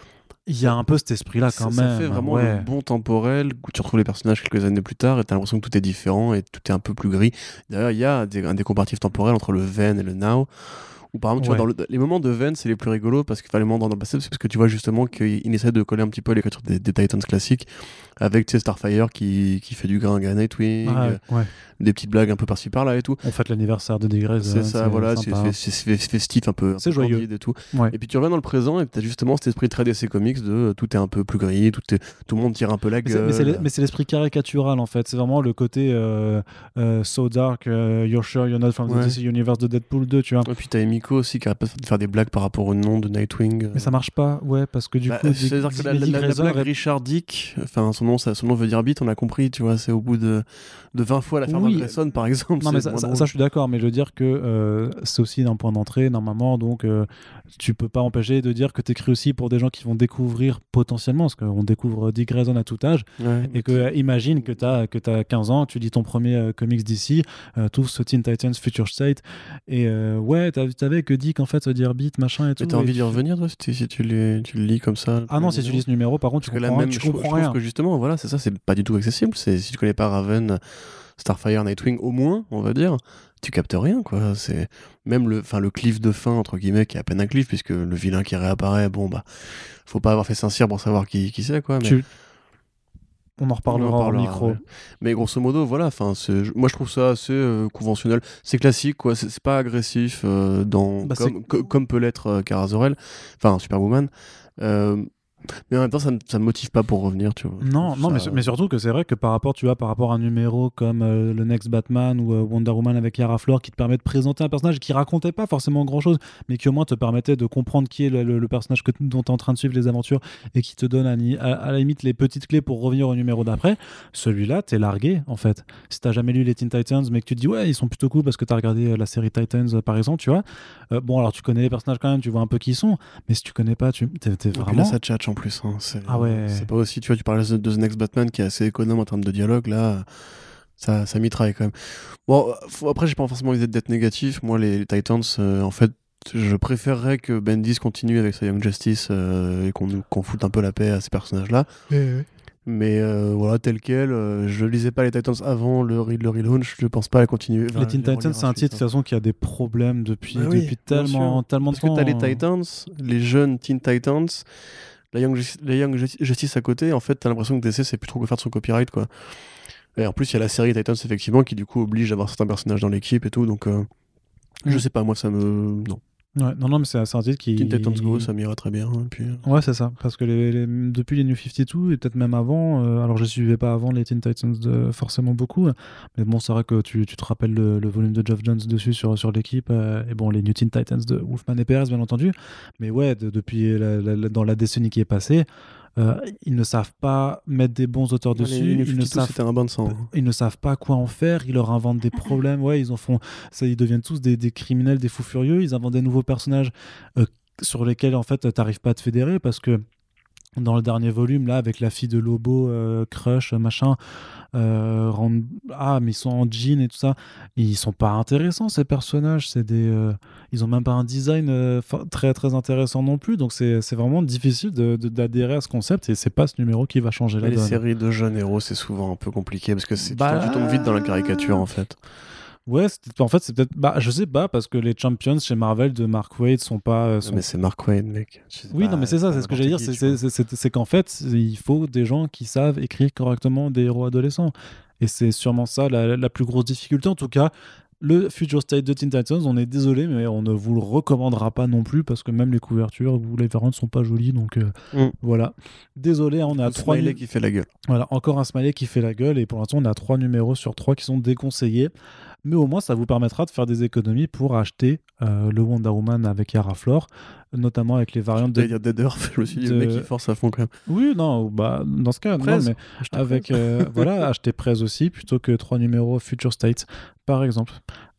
Il y a un peu cet esprit-là quand ça, même. Ça fait vraiment ouais. le bon temporel où tu retrouves les personnages quelques années plus tard et t'as l'impression que tout est différent et tout est un peu plus gris. D'ailleurs, il y a des, un des comparatifs temporels entre le then et le now. Ou par exemple, tu ouais. vois, dans le, les moments de Ven, c'est les plus rigolos parce que, enfin, les moments dans le passé, c'est parce que tu vois justement qu'il essaie de coller un petit peu à l'écriture des, des Titans classiques avec, tu sais, Starfire qui, qui fait du gringue à Nightwing, ah, euh, ouais. des petites blagues un peu par-ci par-là et tout. On fête l'anniversaire de Digress. C'est ça, c'est voilà, c'est, c'est, c'est festif, un peu, un c'est peu joyeux et tout. Ouais. Et puis tu reviens dans le présent et t'as justement cet esprit très D C Comics de euh, tout est un peu plus gris, tout, est, tout le monde tire un peu la gueule. Mais c'est, mais c'est, mais c'est l'esprit caricatural en fait. C'est vraiment le côté euh, euh, so dark, uh, you're sure you're not from the ouais. D C Universe de Deadpool deux, tu vois. Et puis t'as Emiko aussi qui arrête pas de faire des blagues par rapport au nom de Nightwing. Mais ça marche pas, ouais, parce que du bah, coup. C'est-à-dire que la, la, la, la blague est... Richard Dick, enfin son nom, ça, son nom veut dire bite, on a compris, tu vois, c'est au bout de, de vingt fois la ferme oui. Grayson par exemple. Non, mais ça, ça, ça, je suis d'accord, mais je veux dire que euh, c'est aussi un point d'entrée normalement, donc euh, tu peux pas empêcher de dire que t'écris aussi pour des gens qui vont découvrir potentiellement, parce qu'on découvre Dick Grayson à tout âge, ouais, et que euh, imagine que t'as, que t'as quinze ans, tu lis ton premier euh, comics D C, euh, tout ce Teen Titans Future State, et euh, ouais, tu savais que Dick en fait ça veut dire bite, machin et tout. Mais t'as envie d'y revenir toi, si, si tu, les, tu le lis comme ça? Ah non, si tu lis ce numéro, par contre, tu parce comprends, que même, tu je, comprends je rien. pense que justement, voilà, c'est ça, c'est pas du tout accessible. C'est, si tu connais pas Raven, Starfire, Nightwing, au moins, on va dire, tu captes rien, quoi. C'est même le, enfin, le cliff de fin, entre guillemets, qui est à peine un cliff, puisque le vilain qui réapparaît, bon, bah, faut pas avoir fait Saint-Cyr pour savoir qui, qui c'est, quoi. Mais... Tu... On en reparlera, on en reparlera au micro. Ouais. Mais grosso modo, voilà, enfin, moi je trouve ça assez euh, conventionnel. C'est classique, quoi. C'est, c'est pas agressif, euh, dans, bah, comme, co- comme peut l'être euh, Kara Zor-El, enfin, Superwoman. Euh, mais en même temps ça ne me motive pas pour revenir, tu vois. Non, non, ça... mais, mais surtout que c'est vrai que par rapport, tu vois, par rapport à un numéro comme euh, le Next Batman ou euh, Wonder Woman avec Yara Flor qui te permet de présenter un personnage qui racontait pas forcément grand chose, mais qui au moins te permettait de comprendre qui est le, le, le personnage que, dont tu es en train de suivre les aventures et qui te donne à, à, à la limite les petites clés pour revenir au numéro d'après, celui-là t'es largué en fait. Si t'as jamais lu les Teen Titans mais que tu te dis ouais ils sont plutôt cool parce que t'as regardé la série Titans euh, par exemple, tu vois, euh, bon alors tu connais les personnages quand même, tu vois un peu qui ils sont, mais si tu connais pas, tu t'es, t'es vraiment... Et puis là ça tchatche en plus, hein. C'est... Ah ouais. C'est pas aussi, tu vois, tu parlais de The Next Batman qui est assez économe en termes de dialogue, là, ça, ça mitraille quand même. Bon, faut, après, j'ai pas forcément envie d'être négatif. Moi, les, les Titans, euh, en fait, je préférerais que Bendis continue avec sa Young Justice euh, et qu'on, qu'on foute un peu la paix à ces personnages-là. Oui, oui. Mais euh, voilà, tel quel, euh, je lisais pas les Titans avant le, le relaunch, je pense pas à continuer. Enfin, les Teen Titans, c'est un titre de toute façon qui a des problèmes depuis, bah oui, depuis tellement, tellement de temps. Parce que t'as les hein. Titans, les jeunes Teen Titans, la Young, la Young Justice à côté, en fait, t'as l'impression que D C sait plus trop quoi faire de son copyright, quoi. Et en plus, il y a la série Titans, effectivement, qui du coup oblige d'avoir certains personnages dans l'équipe et tout, donc euh, mmh. je sais pas, moi ça me. Non. Ouais, non, non, mais c'est, c'est un titre qui. Teen Titans Go, ça m'ira très bien. Et puis... Ouais, c'est ça. Parce que les, les, depuis les New cinquante-deux, et peut-être même avant, euh, alors je ne suivais pas avant les Teen Titans de, forcément beaucoup, mais bon, c'est vrai que tu, tu te rappelles le, le volume de Geoff Johns dessus sur, sur l'équipe, euh, et bon, les New Teen Titans de Wolfman et Perez, bien entendu. Mais ouais, de, depuis la, la, la, dans la décennie qui est passée, Euh, ils ne savent pas mettre des bons auteurs ouais, dessus. Les, les ils, ne savent, c'était un bain de sang. Ils ne savent pas quoi en faire. Ils leur inventent des problèmes. Ouais, ils en font. Ça, ils deviennent tous des, des criminels, des fous furieux. Ils inventent des nouveaux personnages euh, sur lesquels en fait t'arrives pas à te fédérer parce que dans le dernier volume là, avec la fille de Lobo, euh, Crush, machin. Euh, rend... Ah, mais ils sont en jean et tout ça. Ils sont pas intéressants ces personnages. C'est des. Euh... Ils ont même pas un design euh, très très intéressant non plus. Donc c'est, c'est vraiment difficile de, de, d'adhérer à ce concept et c'est pas ce numéro qui va changer la donne. Les séries de jeunes héros, c'est souvent un peu compliqué parce que c'est, bah... tu tombes vite dans la caricature en fait. Ouais, en fait, c'est peut-être. Bah, je sais pas, parce que les Champions chez Marvel de Mark Waid sont pas. Euh, sont... Mais c'est Mark Waid, mec. Oui, pas, non, mais c'est ça, c'est ce que j'allais dire. C'est, c'est, c'est, c'est, c'est qu'en fait, il faut des gens qui savent écrire correctement des héros adolescents. Et c'est sûrement ça la, la plus grosse difficulté. En tout cas, le Future State de Teen Titans, on est désolé, mais on ne vous le recommandera pas non plus parce que même les couvertures, vous, les variantes ne sont pas jolies. Donc euh, mm. voilà. Désolé, on a un trois. Smiley nu... qui fait la gueule. Voilà, encore un smiley qui fait la gueule. Et pour l'instant, on a trois numéros sur trois qui sont déconseillés. Mais au moins, ça vous permettra de faire des économies pour acheter euh, le Wonder Woman avec Yara Flor, notamment avec les variantes de. de. dire Dead Earth, je me suis dit, de... le mec, il force à fond quand même. Oui, non, bah, dans ce cas, non, mais avec. Euh, voilà, acheter Prez aussi, plutôt que trois numéros Future State, par exemple.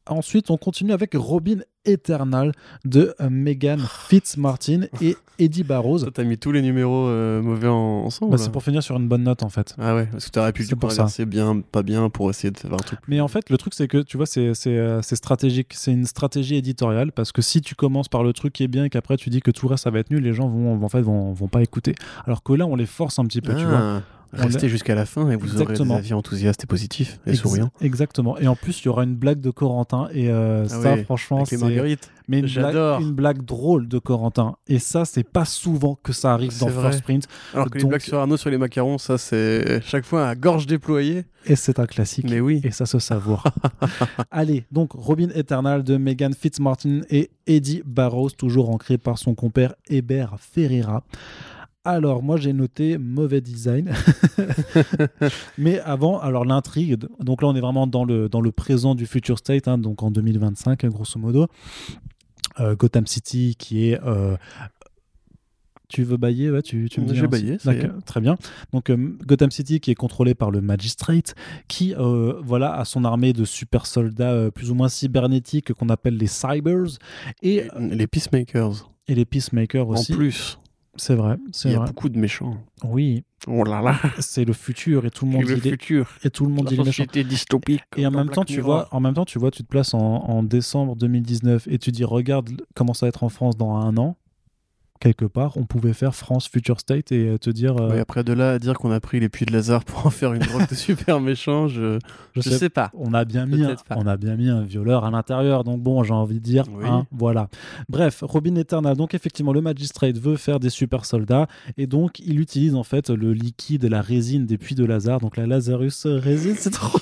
ensuite, on continue avec Robin Eternal de euh, Megan Fitzmartin et Eddie Barrows. Toi, t'as mis tous les numéros euh, mauvais en... ensemble. Bah, c'est pour finir sur une bonne note en fait. Ah ouais, parce que t'aurais pu c'est bien, pas bien pour essayer de faire un truc. Mais en fait, le truc c'est que tu vois, c'est, c'est, euh, c'est stratégique, c'est une stratégie éditoriale parce que si tu commences par le truc qui est bien et qu'après tu dis que tout le reste ça va être nul, les gens vont en fait vont, vont pas écouter. Alors que là, on les force un petit peu, ah. tu vois. Restez jusqu'à la fin et vous Exactement. aurez des avis enthousiastes et positifs et Ex- souriants. Exactement. Et en plus, il y aura une blague de Corentin et euh, ah ça, oui, franchement, avec c'est les marguerites. Mais une J'adore. blague, une blague drôle de Corentin. Et ça, c'est pas souvent que ça arrive c'est dans vrai. First Print. Alors que Donc... les blagues sur Arnaud sur les macarons, ça, c'est chaque fois à gorge déployée. Et c'est un classique. Mais oui. Et ça se savoure. Allez, donc Robin Eternal de Megan Fitzmartin et Eddie Barrows, toujours ancré par son compère Hébert Ferreira. Alors, moi, j'ai noté mauvais design. Mais avant, alors l'intrigue, donc là, on est vraiment dans le, dans le présent du Future State, hein, donc en deux mille vingt-cinq, grosso modo. Euh, Gotham City, qui est... Euh... Tu veux bailler ouais, tu, tu me dis. J'ai baillé, c'est... Très bien. Donc, euh, Gotham City, qui est contrôlé par le Magistrate, qui euh, voilà, a son armée de super soldats euh, plus ou moins cybernétiques qu'on appelle les Cybers. Et, les, les Peacemakers. Et les Peacemakers aussi. En plus. C'est vrai, c'est il y a vrai. beaucoup de méchants. Oui. Oh là là. C'est le futur et tout le monde dit le futur. Et tout le monde la dit les méchants. société dystopique. Et en même temps, tu vois, en même temps, tu vois, tu te places en, en décembre deux mille dix-neuf et tu dis regarde comment ça va être en France dans un an. Quelque part, on pouvait faire France Future State et te dire. Euh... Oui, après de là à dire qu'on a pris les puits de Lazare pour en faire une drogue de super méchant, je je, je sais, sais pas. On a bien mis, un, on a bien mis un violeur à l'intérieur, donc bon, j'ai envie de dire, oui. hein, voilà. Bref, Robin Eternal, donc effectivement, le Magistrate veut faire des super soldats et donc il utilise en fait le liquide, la résine des puits de Lazare, donc la Lazarus résine, c'est trop.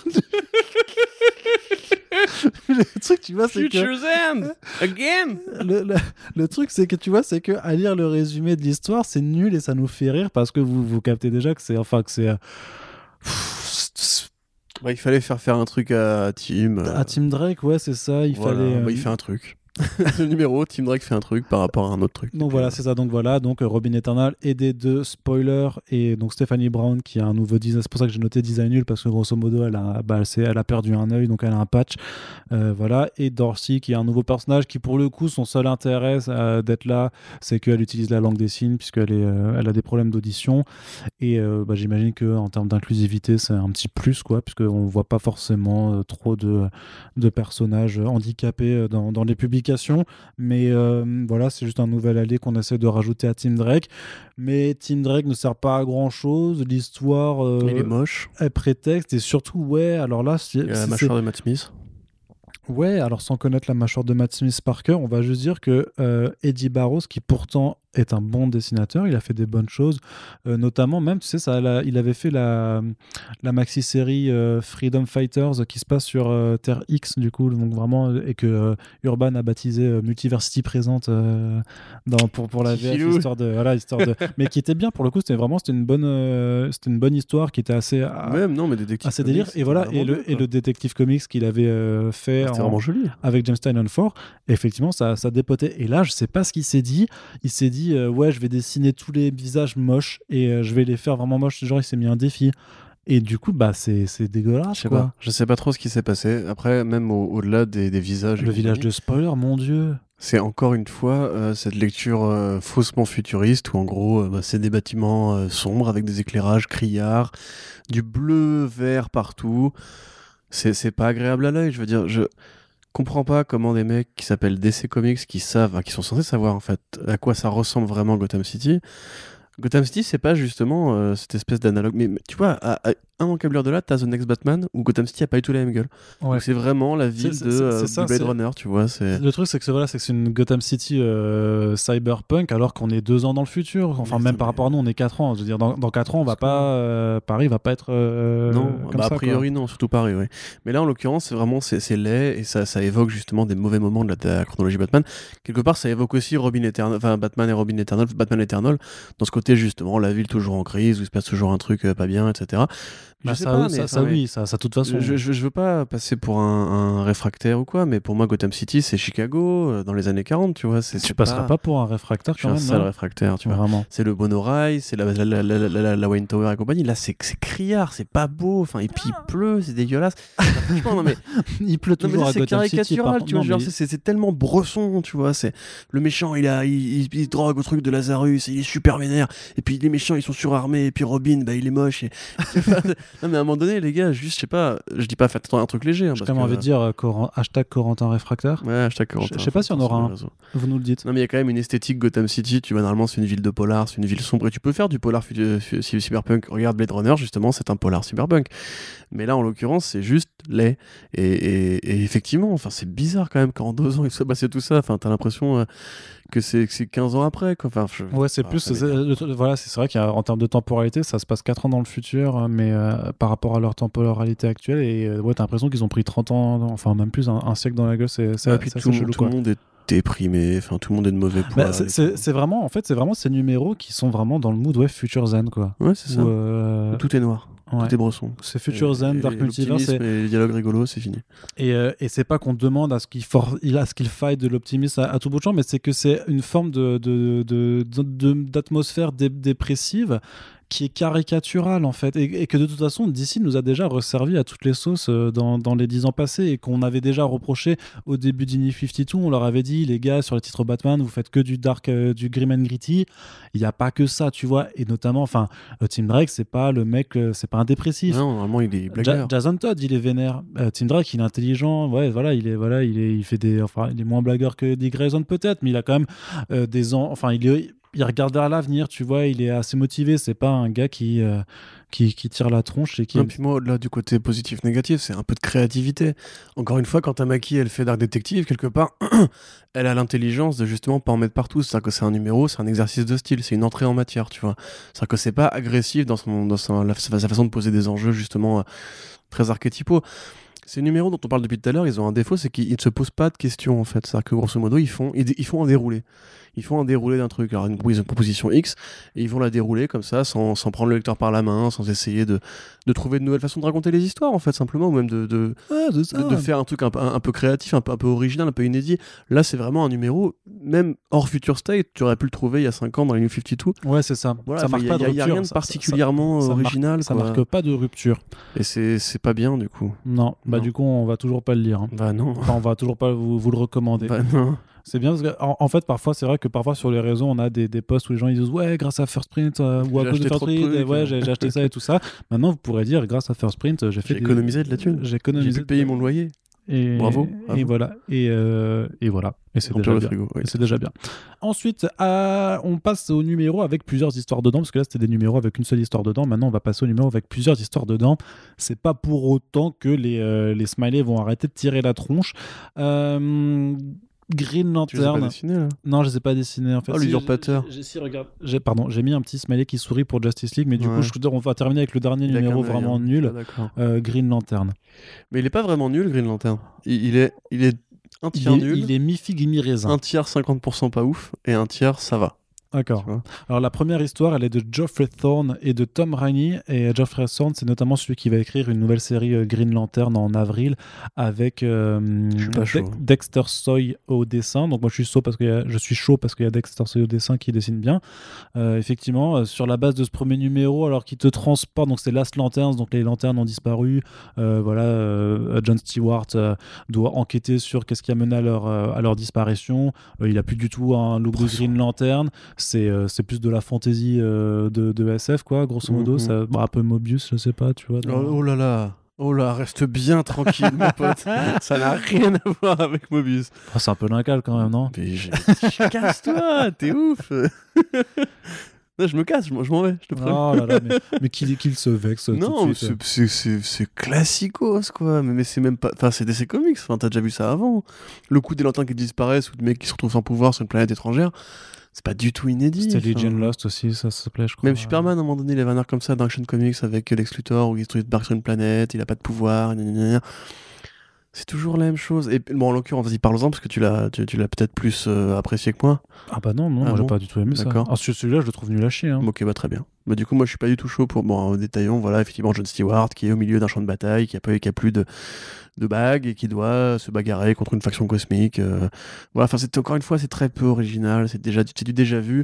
Le truc, tu vois, c'est Future's que... End again. Le, le, le truc, c'est que tu vois, c'est que à lire le résumé de l'histoire, c'est nul et ça nous fait rire parce que vous, vous captez déjà que c'est, enfin, que c'est. Bah, il fallait faire faire un truc à Tim. À Tim Drake, ouais, c'est ça. Il voilà, fallait. Bah, il fait un truc. Le numéro, Tim Drake fait un truc par rapport à un autre truc. Donc voilà, c'est ça. Donc voilà, donc Robin Eternal, aidé de Spoiler et donc Stephanie Brown qui a un nouveau design. C'est pour ça que j'ai noté design nul parce que grosso modo, elle a, bah, elle, elle a perdu un œil, donc elle a un patch. Euh, voilà. Et Dorsey qui est un nouveau personnage qui, pour le coup, son seul intérêt euh, d'être là, c'est qu'elle utilise la langue des signes puisqu'elle est, euh, elle a des problèmes d'audition. Et euh, bah, j'imagine qu'en termes d'inclusivité, c'est un petit plus, quoi, puisqu'on ne voit pas forcément euh, trop de, de personnages handicapés dans, dans les publications. Mais euh, voilà, c'est juste un nouvel allié qu'on essaie de rajouter à Tim Drake. Mais Tim Drake ne sert pas à grand chose. L'histoire euh, il est moche. Est prétexte et surtout, ouais, alors là, c'est, il y a la c'est, mâchoire c'est... de Matt Smith. Ouais, alors sans connaître la mâchoire de Matt Smith par cœur, on va juste dire que euh, Eddie Barrows, qui pourtant est un bon dessinateur, il a fait des bonnes choses, euh, notamment même, tu sais, ça, la, il avait fait la, la maxi-série euh, Freedom Fighters qui se passe sur euh, Terre X, du coup, donc vraiment, et que euh, Urban a baptisé euh, Multiversity Présente euh, dans, pour, pour la V F, histoire de, voilà, histoire de... mais qui était bien, pour le coup, c'était vraiment c'était une, bonne, euh, c'était une bonne histoire qui était assez, à, même, non, mais détective assez délire, et voilà, et le, bien, et le détective comics qu'il avait euh, fait c'était vraiment joli. Avec James Tynion Four, effectivement, ça, ça dépotait. Et là, je sais pas ce qu'il s'est dit. Il s'est dit, euh, ouais, je vais dessiner tous les visages moches et euh, je vais les faire vraiment moches. Genre, il s'est mis un défi. Et du coup, bah, c'est, c'est dégueulasse. Je sais quoi. pas. Je sais pas trop ce qui s'est passé. Après, même au, au-delà des, des visages. Le village de Spoiler, mon Dieu. C'est encore une fois euh, cette lecture euh, faussement futuriste où en gros, euh, bah, c'est des bâtiments euh, sombres avec des éclairages criards, du bleu, vert partout. C'est, c'est pas agréable à l'œil. Je veux dire, je comprends pas comment des mecs qui s'appellent D C Comics, qui savent, hein, qui sont censés savoir en fait à quoi ça ressemble vraiment Gotham City. Gotham City, c'est pas justement euh, cette espèce d'analogue, mais, mais tu vois, à, à un encablure de là, t'as The Next Batman où Gotham City a pas eu tout la même gueule. Ouais. Donc c'est vraiment la ville c'est, de c'est, c'est euh, ça, Blade c'est... Runner, tu vois. C'est... Le truc, c'est que c'est, voilà, c'est que c'est une Gotham City euh, cyberpunk, alors qu'on est deux ans dans le futur. Enfin, mais même par mais... rapport à nous, on est quatre ans. Je veux dire, dans, dans quatre ans, on va pas, euh, Paris va pas être euh, non, comme bah, ça. A priori, quoi. non, surtout Paris, oui. Mais là, en l'occurrence, c'est vraiment c'est, c'est laid et ça, ça évoque justement des mauvais moments de la, de la chronologie Batman. Quelque part, ça évoque aussi Robin Eternal, enfin Batman et Robin Eternal, Batman Eternal, dans ce côté justement la ville toujours en crise où il se passe toujours un truc euh, pas bien, et cetera. Bah ça, pas, ça, mais, ça, oui, ça, ça, de toute façon. Je, je, je veux pas passer pour un, un réfractaire ou quoi, mais pour moi, Gotham City, c'est Chicago euh, dans les années quarante, tu vois. C'est, tu c'est passeras pas... pas pour un réfractaire quand je suis même. un sale réfractaire, tu vois. Vraiment. C'est le Bonorail, c'est la, la, la, la, la, la, la Wayne Tower et compagnie. Là, c'est, c'est criard, c'est pas beau. Enfin, et puis il pleut, c'est dégueulasse. Franchement, non mais il pleut toujours non, mais là, à Gotham City. C'est caricatural, tu vois. Genre, mais... c'est, c'est tellement Bresson, tu vois. C'est le méchant, il a, il, il, il drogue au truc de Lazarus, il est super vénère. Et puis les méchants, ils sont surarmés. Et puis Robin, bah il est moche. Et... non mais à un moment donné, les gars, juste, je sais pas. Je dis pas faites un truc léger. Hein, j'ai quand même envie de dire euh, Coran... hashtag Corentin réfractaire. Ouais, hashtag Corentin. Je sais pas si on aura un. Vous nous le dites. Non, mais il y a quand même une esthétique Gotham City. Tu vois, normalement, c'est une ville de polar, c'est une ville sombre. Et tu peux faire du polar cyberpunk. Regarde Blade Runner, justement, c'est un polar cyberpunk. Mais là, en l'occurrence, c'est juste laid. Et, et, et effectivement, enfin, c'est bizarre quand même quand en deux ans il se passait tout ça. Enfin, t'as l'impression euh, que, c'est, que c'est quinze ans après. Quoi. Enfin, je... Ouais, c'est ah, plus. C'est, euh, voilà, c'est, c'est vrai qu'en termes de temporalité, ça se passe quatre ans dans le futur, mais euh, par rapport à leur temporalité actuelle. Et euh, ouais, t'as l'impression qu'ils ont pris trente ans, enfin, même plus, un, un siècle dans la gueule. C'est, c'est, ouais, puis tout, chelou, tout le monde est déprimé, enfin tout le monde est de mauvais poids. Bah, c'est, c'est, c'est vraiment, en fait, c'est vraiment ces numéros qui sont vraiment dans le mood ouais, Future Zen, quoi. Ouais, c'est ça. Où, euh... Tout est noir. Ouais. Tout est Bresson. C'est Future Zen, Dark Multiverse. Et les dialogues rigolos, c'est fini. Et, euh, et c'est pas qu'on demande à ce qu'il, for... à ce qu'il faille de l'optimisme à, à tout bout de champ, mais c'est que c'est une forme de, de, de, de, de, d'atmosphère dé- dépressive qui est caricatural en fait, et, et que de toute façon D C nous a déjà resservi à toutes les sauces euh, dans, dans les dix ans passés, et qu'on avait déjà reproché au début d'Inny cinquante-deux. On leur avait dit, les gars, sur les titres Batman, vous faites que du dark, euh, du grim and gritty, il n'y a pas que ça, tu vois, et notamment, enfin, euh, Tim Drake, c'est pas le mec, euh, c'est pas un dépressif. Non, normalement, il est blagueur. Ja- Jason Todd, il est vénère. Euh, Tim Drake, il est intelligent, ouais, voilà, il est, voilà, il est, il fait des, enfin, il est moins blagueur que Dick Grayson peut-être, mais il a quand même euh, des ans, enfin, il est il regarde vers l'avenir, tu vois, il est assez motivé, c'est pas un gars qui, euh, qui, qui tire la tronche. Et qui... Non, puis moi, au-delà du côté positif-négatif, c'est un peu de créativité. Encore une fois, quand Tamaki, elle fait Dark Detective, quelque part, elle a l'intelligence de justement pas en mettre partout. C'est-à-dire que c'est un numéro, c'est un exercice de style, c'est une entrée en matière, tu vois. C'est-à-dire que c'est pas agressif dans, son, dans son, la, sa façon de poser des enjeux, justement, euh, très archétypaux. Ces numéros dont on parle depuis tout à l'heure, ils ont un défaut, c'est qu'ils ne se posent pas de questions, en fait. C'est-à-dire que, grosso modo, ils font, ils, ils font un déroulé. Ils font un déroulé d'un truc. Alors, une, ils ont une proposition X, et ils vont la dérouler comme ça, sans, sans prendre le lecteur par la main, sans essayer de, de trouver de nouvelles façons de raconter les histoires, en fait, simplement, ou même de, de, ouais, de, de, de faire un truc un, un, un peu créatif, un peu, un peu original, un peu inédit. Là, c'est vraiment un numéro, même hors Future State, tu aurais pu le trouver il y a cinq ans dans les New cinquante-deux. Ouais, c'est ça. Voilà, ça marque y a, pas de rupture. Il n'y a rien de particulièrement ça, ça, original. Ça, marque, ça marque pas de rupture. Et c'est, c'est pas bien, du coup. Non, bah non. du coup, on va toujours pas le lire. Hein. Bah non. Enfin, on va toujours pas vous, vous le recommander. Bah non. C'est bien parce que, en, en fait, parfois, c'est vrai que parfois sur les réseaux, on a des, des posts où les gens ils disent ouais, grâce à First Print euh, ou à j'ai cause de First Print, trucs, et, ouais, j'ai, j'ai acheté ça et tout ça. Maintenant, vous pourrez dire grâce à First Print, j'ai fait. J'ai des... économisé de la thune. J'ai économisé. J'ai pu payer mon loyer. Et, bravo, bravo. Et voilà. Et, euh, et voilà. Et c'est, déjà bien. Frigo, oui. et c'est déjà bien. Ensuite, à... on passe au numéro avec plusieurs histoires dedans, parce que là, c'était des numéros avec une seule histoire dedans. Maintenant, on va passer au numéro avec plusieurs histoires dedans. C'est pas pour autant que les, euh, les smileys vont arrêter de tirer la tronche. Euh... Green Lantern. Tu les as pas dessinés, là ? Non, je les ai pas dessinés en fait. Oh, l'usurpateur. J'ai, j'ai, si, regarde. J'ai, pardon, j'ai mis un petit smiley qui sourit pour Justice League, mais du ouais. coup, je veux dire, on va terminer avec le dernier il numéro vraiment hein. nul. Ah, euh, Green Lantern. Mais il est pas vraiment nul, Green Lantern. Il, il est, il est un tiers il est, nul. Il est mi-figue, mi-raisin. Un tiers cinquante pour cent pas ouf, et un tiers ça va. D'accord. Alors la première histoire, elle est de Geoffrey Thorne et de Tom Rainey. Et Geoffrey Thorne, c'est notamment celui qui va écrire une nouvelle série euh, Green Lantern en avril avec euh, De- Dexter Soy au dessin. Donc moi je suis chaud parce que y a, je suis chaud parce qu'il y a Dexter Soy au dessin qui dessine bien. Euh, effectivement, euh, sur la base de ce premier numéro, alors qu'il te transporte, donc c'est Last Lanterns, donc les lanternes ont disparu. Euh, voilà, euh, John Stewart euh, doit enquêter sur qu'est-ce qui a mené à leur euh, à leur disparition. Euh, il a plus du tout un look de Green Lantern. C'est, euh, c'est plus de la fantasy euh, de, de S F, quoi, grosso modo. Mm-hmm. Ça, bah, un peu Mobius, je sais pas, tu vois. Oh, oh là là, oh là, reste bien tranquille, mon pote. Ça n'a rien à voir avec Mobius. Oh, c'est un peu l'incal quand même, non ? Mais je... Casse-toi, t'es ouf. Non, je me casse, je m'en vais, je te préviens. Oh là là, mais, mais qu'il, qu'il se vexe. Non, tout de suite. c'est, c'est, c'est, c'est classicos, quoi. Mais, mais c'est même pas. Enfin, c'est D C Comics, enfin, t'as déjà vu ça avant. Le coup des lanternes qui disparaissent ou de mecs qui se retrouvent sans pouvoir sur une planète étrangère. C'est pas du tout inédit. C'était Legion enfin... Lost aussi, ça s'appelait, je crois. Même Superman, à un moment donné, il avait un air comme ça dans Action Comics avec Lex Luthor où il se débarque sur une planète, il a pas de pouvoir, gna gna gna. C'est toujours la même chose. Et bon, en l'occurrence, vas-y, parle-en parce que tu l'as, tu, tu l'as peut-être plus euh, apprécié que moi. Ah bah non, non, ah moi bon j'ai pas du tout aimé D'accord. ça. Alors celui-là, je le trouve nul à chier. Hein. Ok, bah très bien. Bah du coup, moi, je suis pas du tout chaud pour. Bon, détaillons, voilà, effectivement, Jon Stewart qui est au milieu d'un champ de bataille, qui a pas, qui a plus de, de bagues et qui doit se bagarrer contre une faction cosmique. Euh... Voilà, enfin, c'est encore une fois, c'est très peu original. C'est déjà, c'est du déjà vu.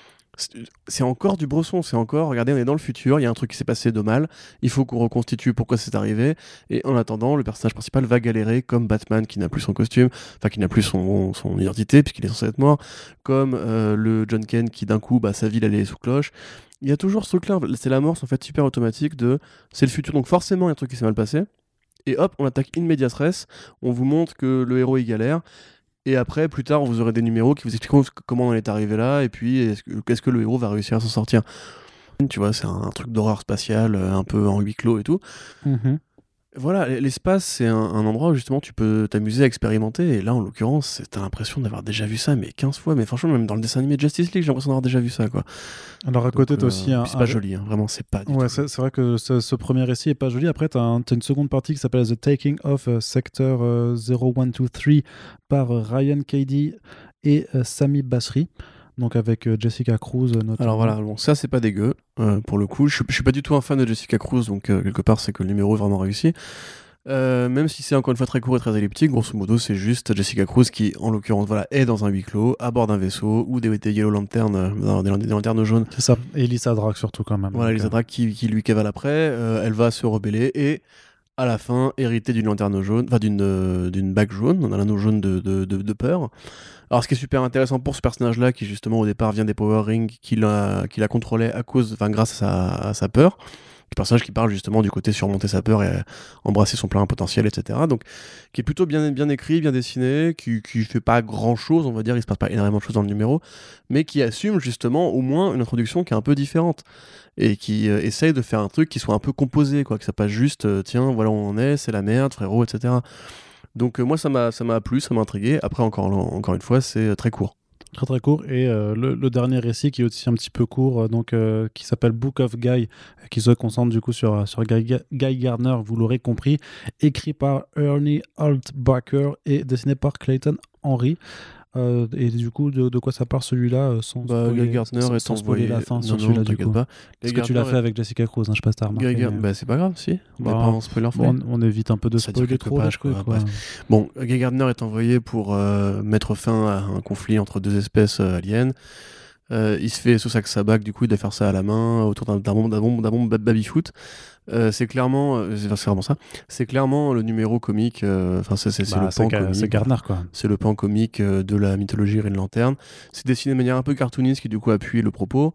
C'est encore du Bresson, c'est encore, regardez, on est dans le futur, il y a un truc qui s'est passé de mal, il faut qu'on reconstitue pourquoi c'est arrivé, et en attendant, le personnage principal va galérer comme Batman qui n'a plus son costume, enfin qui n'a plus son, son identité puisqu'il est censé être mort, comme euh, le John Kent qui d'un coup, bah, sa ville elle est sous cloche. Il y a toujours ce truc-là, c'est l'amorce en fait super automatique de, c'est le futur, donc forcément il y a un truc qui s'est mal passé, et hop, on attaque in medias res, on vous montre que le héros il galère. Et après, plus tard, vous aurez des numéros qui vous expliqueront comment on est arrivé là, et puis est-ce que, est-ce que le héros va réussir à s'en sortir. Tu vois, c'est un, un truc d'horreur spatiale, un peu en huis clos et tout. Mm-hmm. Voilà, l'espace, c'est un, un endroit où justement tu peux t'amuser à expérimenter, et là, en l'occurrence, t'as l'impression d'avoir déjà vu ça, mais quinze fois, mais franchement, même dans le dessin animé de Justice League, j'ai l'impression d'avoir déjà vu ça, quoi. Alors à Donc, côté, t'as euh, aussi un... C'est pas un... joli, hein, vraiment, c'est pas du ouais, tout c'est, c'est vrai que ce, ce premier récit est pas joli. Après, t'as, un, t'as une seconde partie qui s'appelle The Taking of uh, Sector uh, zéro un deux trois par uh, Ryan Cady et uh, Sami Basri. Donc avec euh, Jessica Cruz notamment. Alors voilà, bon, ça c'est pas dégueu, euh, pour le coup. Je, je suis pas du tout un fan de Jessica Cruz, donc euh, quelque part c'est que le numéro est vraiment réussi. Euh, même si c'est encore une fois très court et très elliptique, grosso modo c'est juste Jessica Cruz qui en l'occurrence voilà, est dans un huis clos, à bord d'un vaisseau, ou des, des Yellow Lanterns, euh, des, des lanternes jaunes. C'est ça, et Lisa Drake surtout quand même. Voilà, Lisa Drake qui, qui lui cavale après, euh, elle va se rebeller et à la fin hériter d'une lanterne jaune, enfin d'une, euh, d'une bague jaune, d'un anneau jaune de, de, de, de peur. Alors ce qui est super intéressant pour ce personnage-là, qui justement au départ vient des Power Rings, qu'il a, qu'il a contrôlé à cause, enfin grâce à sa, à sa peur, le personnage qui parle justement du côté surmonter sa peur et embrasser son plein potentiel, et cetera. Donc qui est plutôt bien, bien écrit, bien dessiné, qui, qui fait pas grand-chose, on va dire, il se passe pas énormément de choses dans le numéro, mais qui assume justement au moins une introduction qui est un peu différente et qui euh, essaye de faire un truc qui soit un peu composé, quoi, que ça pas juste euh, tiens voilà où on en est, c'est la merde frérot, et cetera. Donc euh, moi ça m'a ça m'a plu, ça m'a intrigué. Après encore encore une fois c'est euh, très court. Très très court, et euh, le, le dernier récit qui est aussi un petit peu court, euh, donc euh, qui s'appelle Book of Guy, qui se concentre du coup sur, sur Guy, Guy Gardner, vous l'aurez compris, écrit par Ernie Altbacker et dessiné par Clayton Henry. Euh, et du coup, de, de quoi ça parle celui-là, sans bah, spoiler, Guy Gardner sans, est sans envoyé... spoiler la fin non, sur non, celui-là du coup. Pas. Parce que tu l'as fait avec Jessica Cruz, hein, je sais pas si t'as remarqué. Guy mais... bah, c'est pas grave, si. On bah, va pas en spoiler bon, on, on évite un peu de ça spoiler trop pages, trucs, quoi, quoi. Bon, Guy Gardner est envoyé pour euh, mettre fin à un conflit entre deux espèces euh, aliens. Euh, il se fait sous sa sabac, du coup il doit faire ça à la main autour d'un, d'un bon, d'un bon, d'un bon baby-foot. Euh, c'est clairement, euh, c'est, c'est vraiment ça. C'est clairement le numéro comique. Enfin, euh, c'est, c'est, c'est bah, le c'est pan Ga- comique. C'est Gardner, quoi. C'est le pan comique euh, de la mythologie Green Lantern. C'est dessiné de manière un peu cartooniste, qui du coup appuie le propos.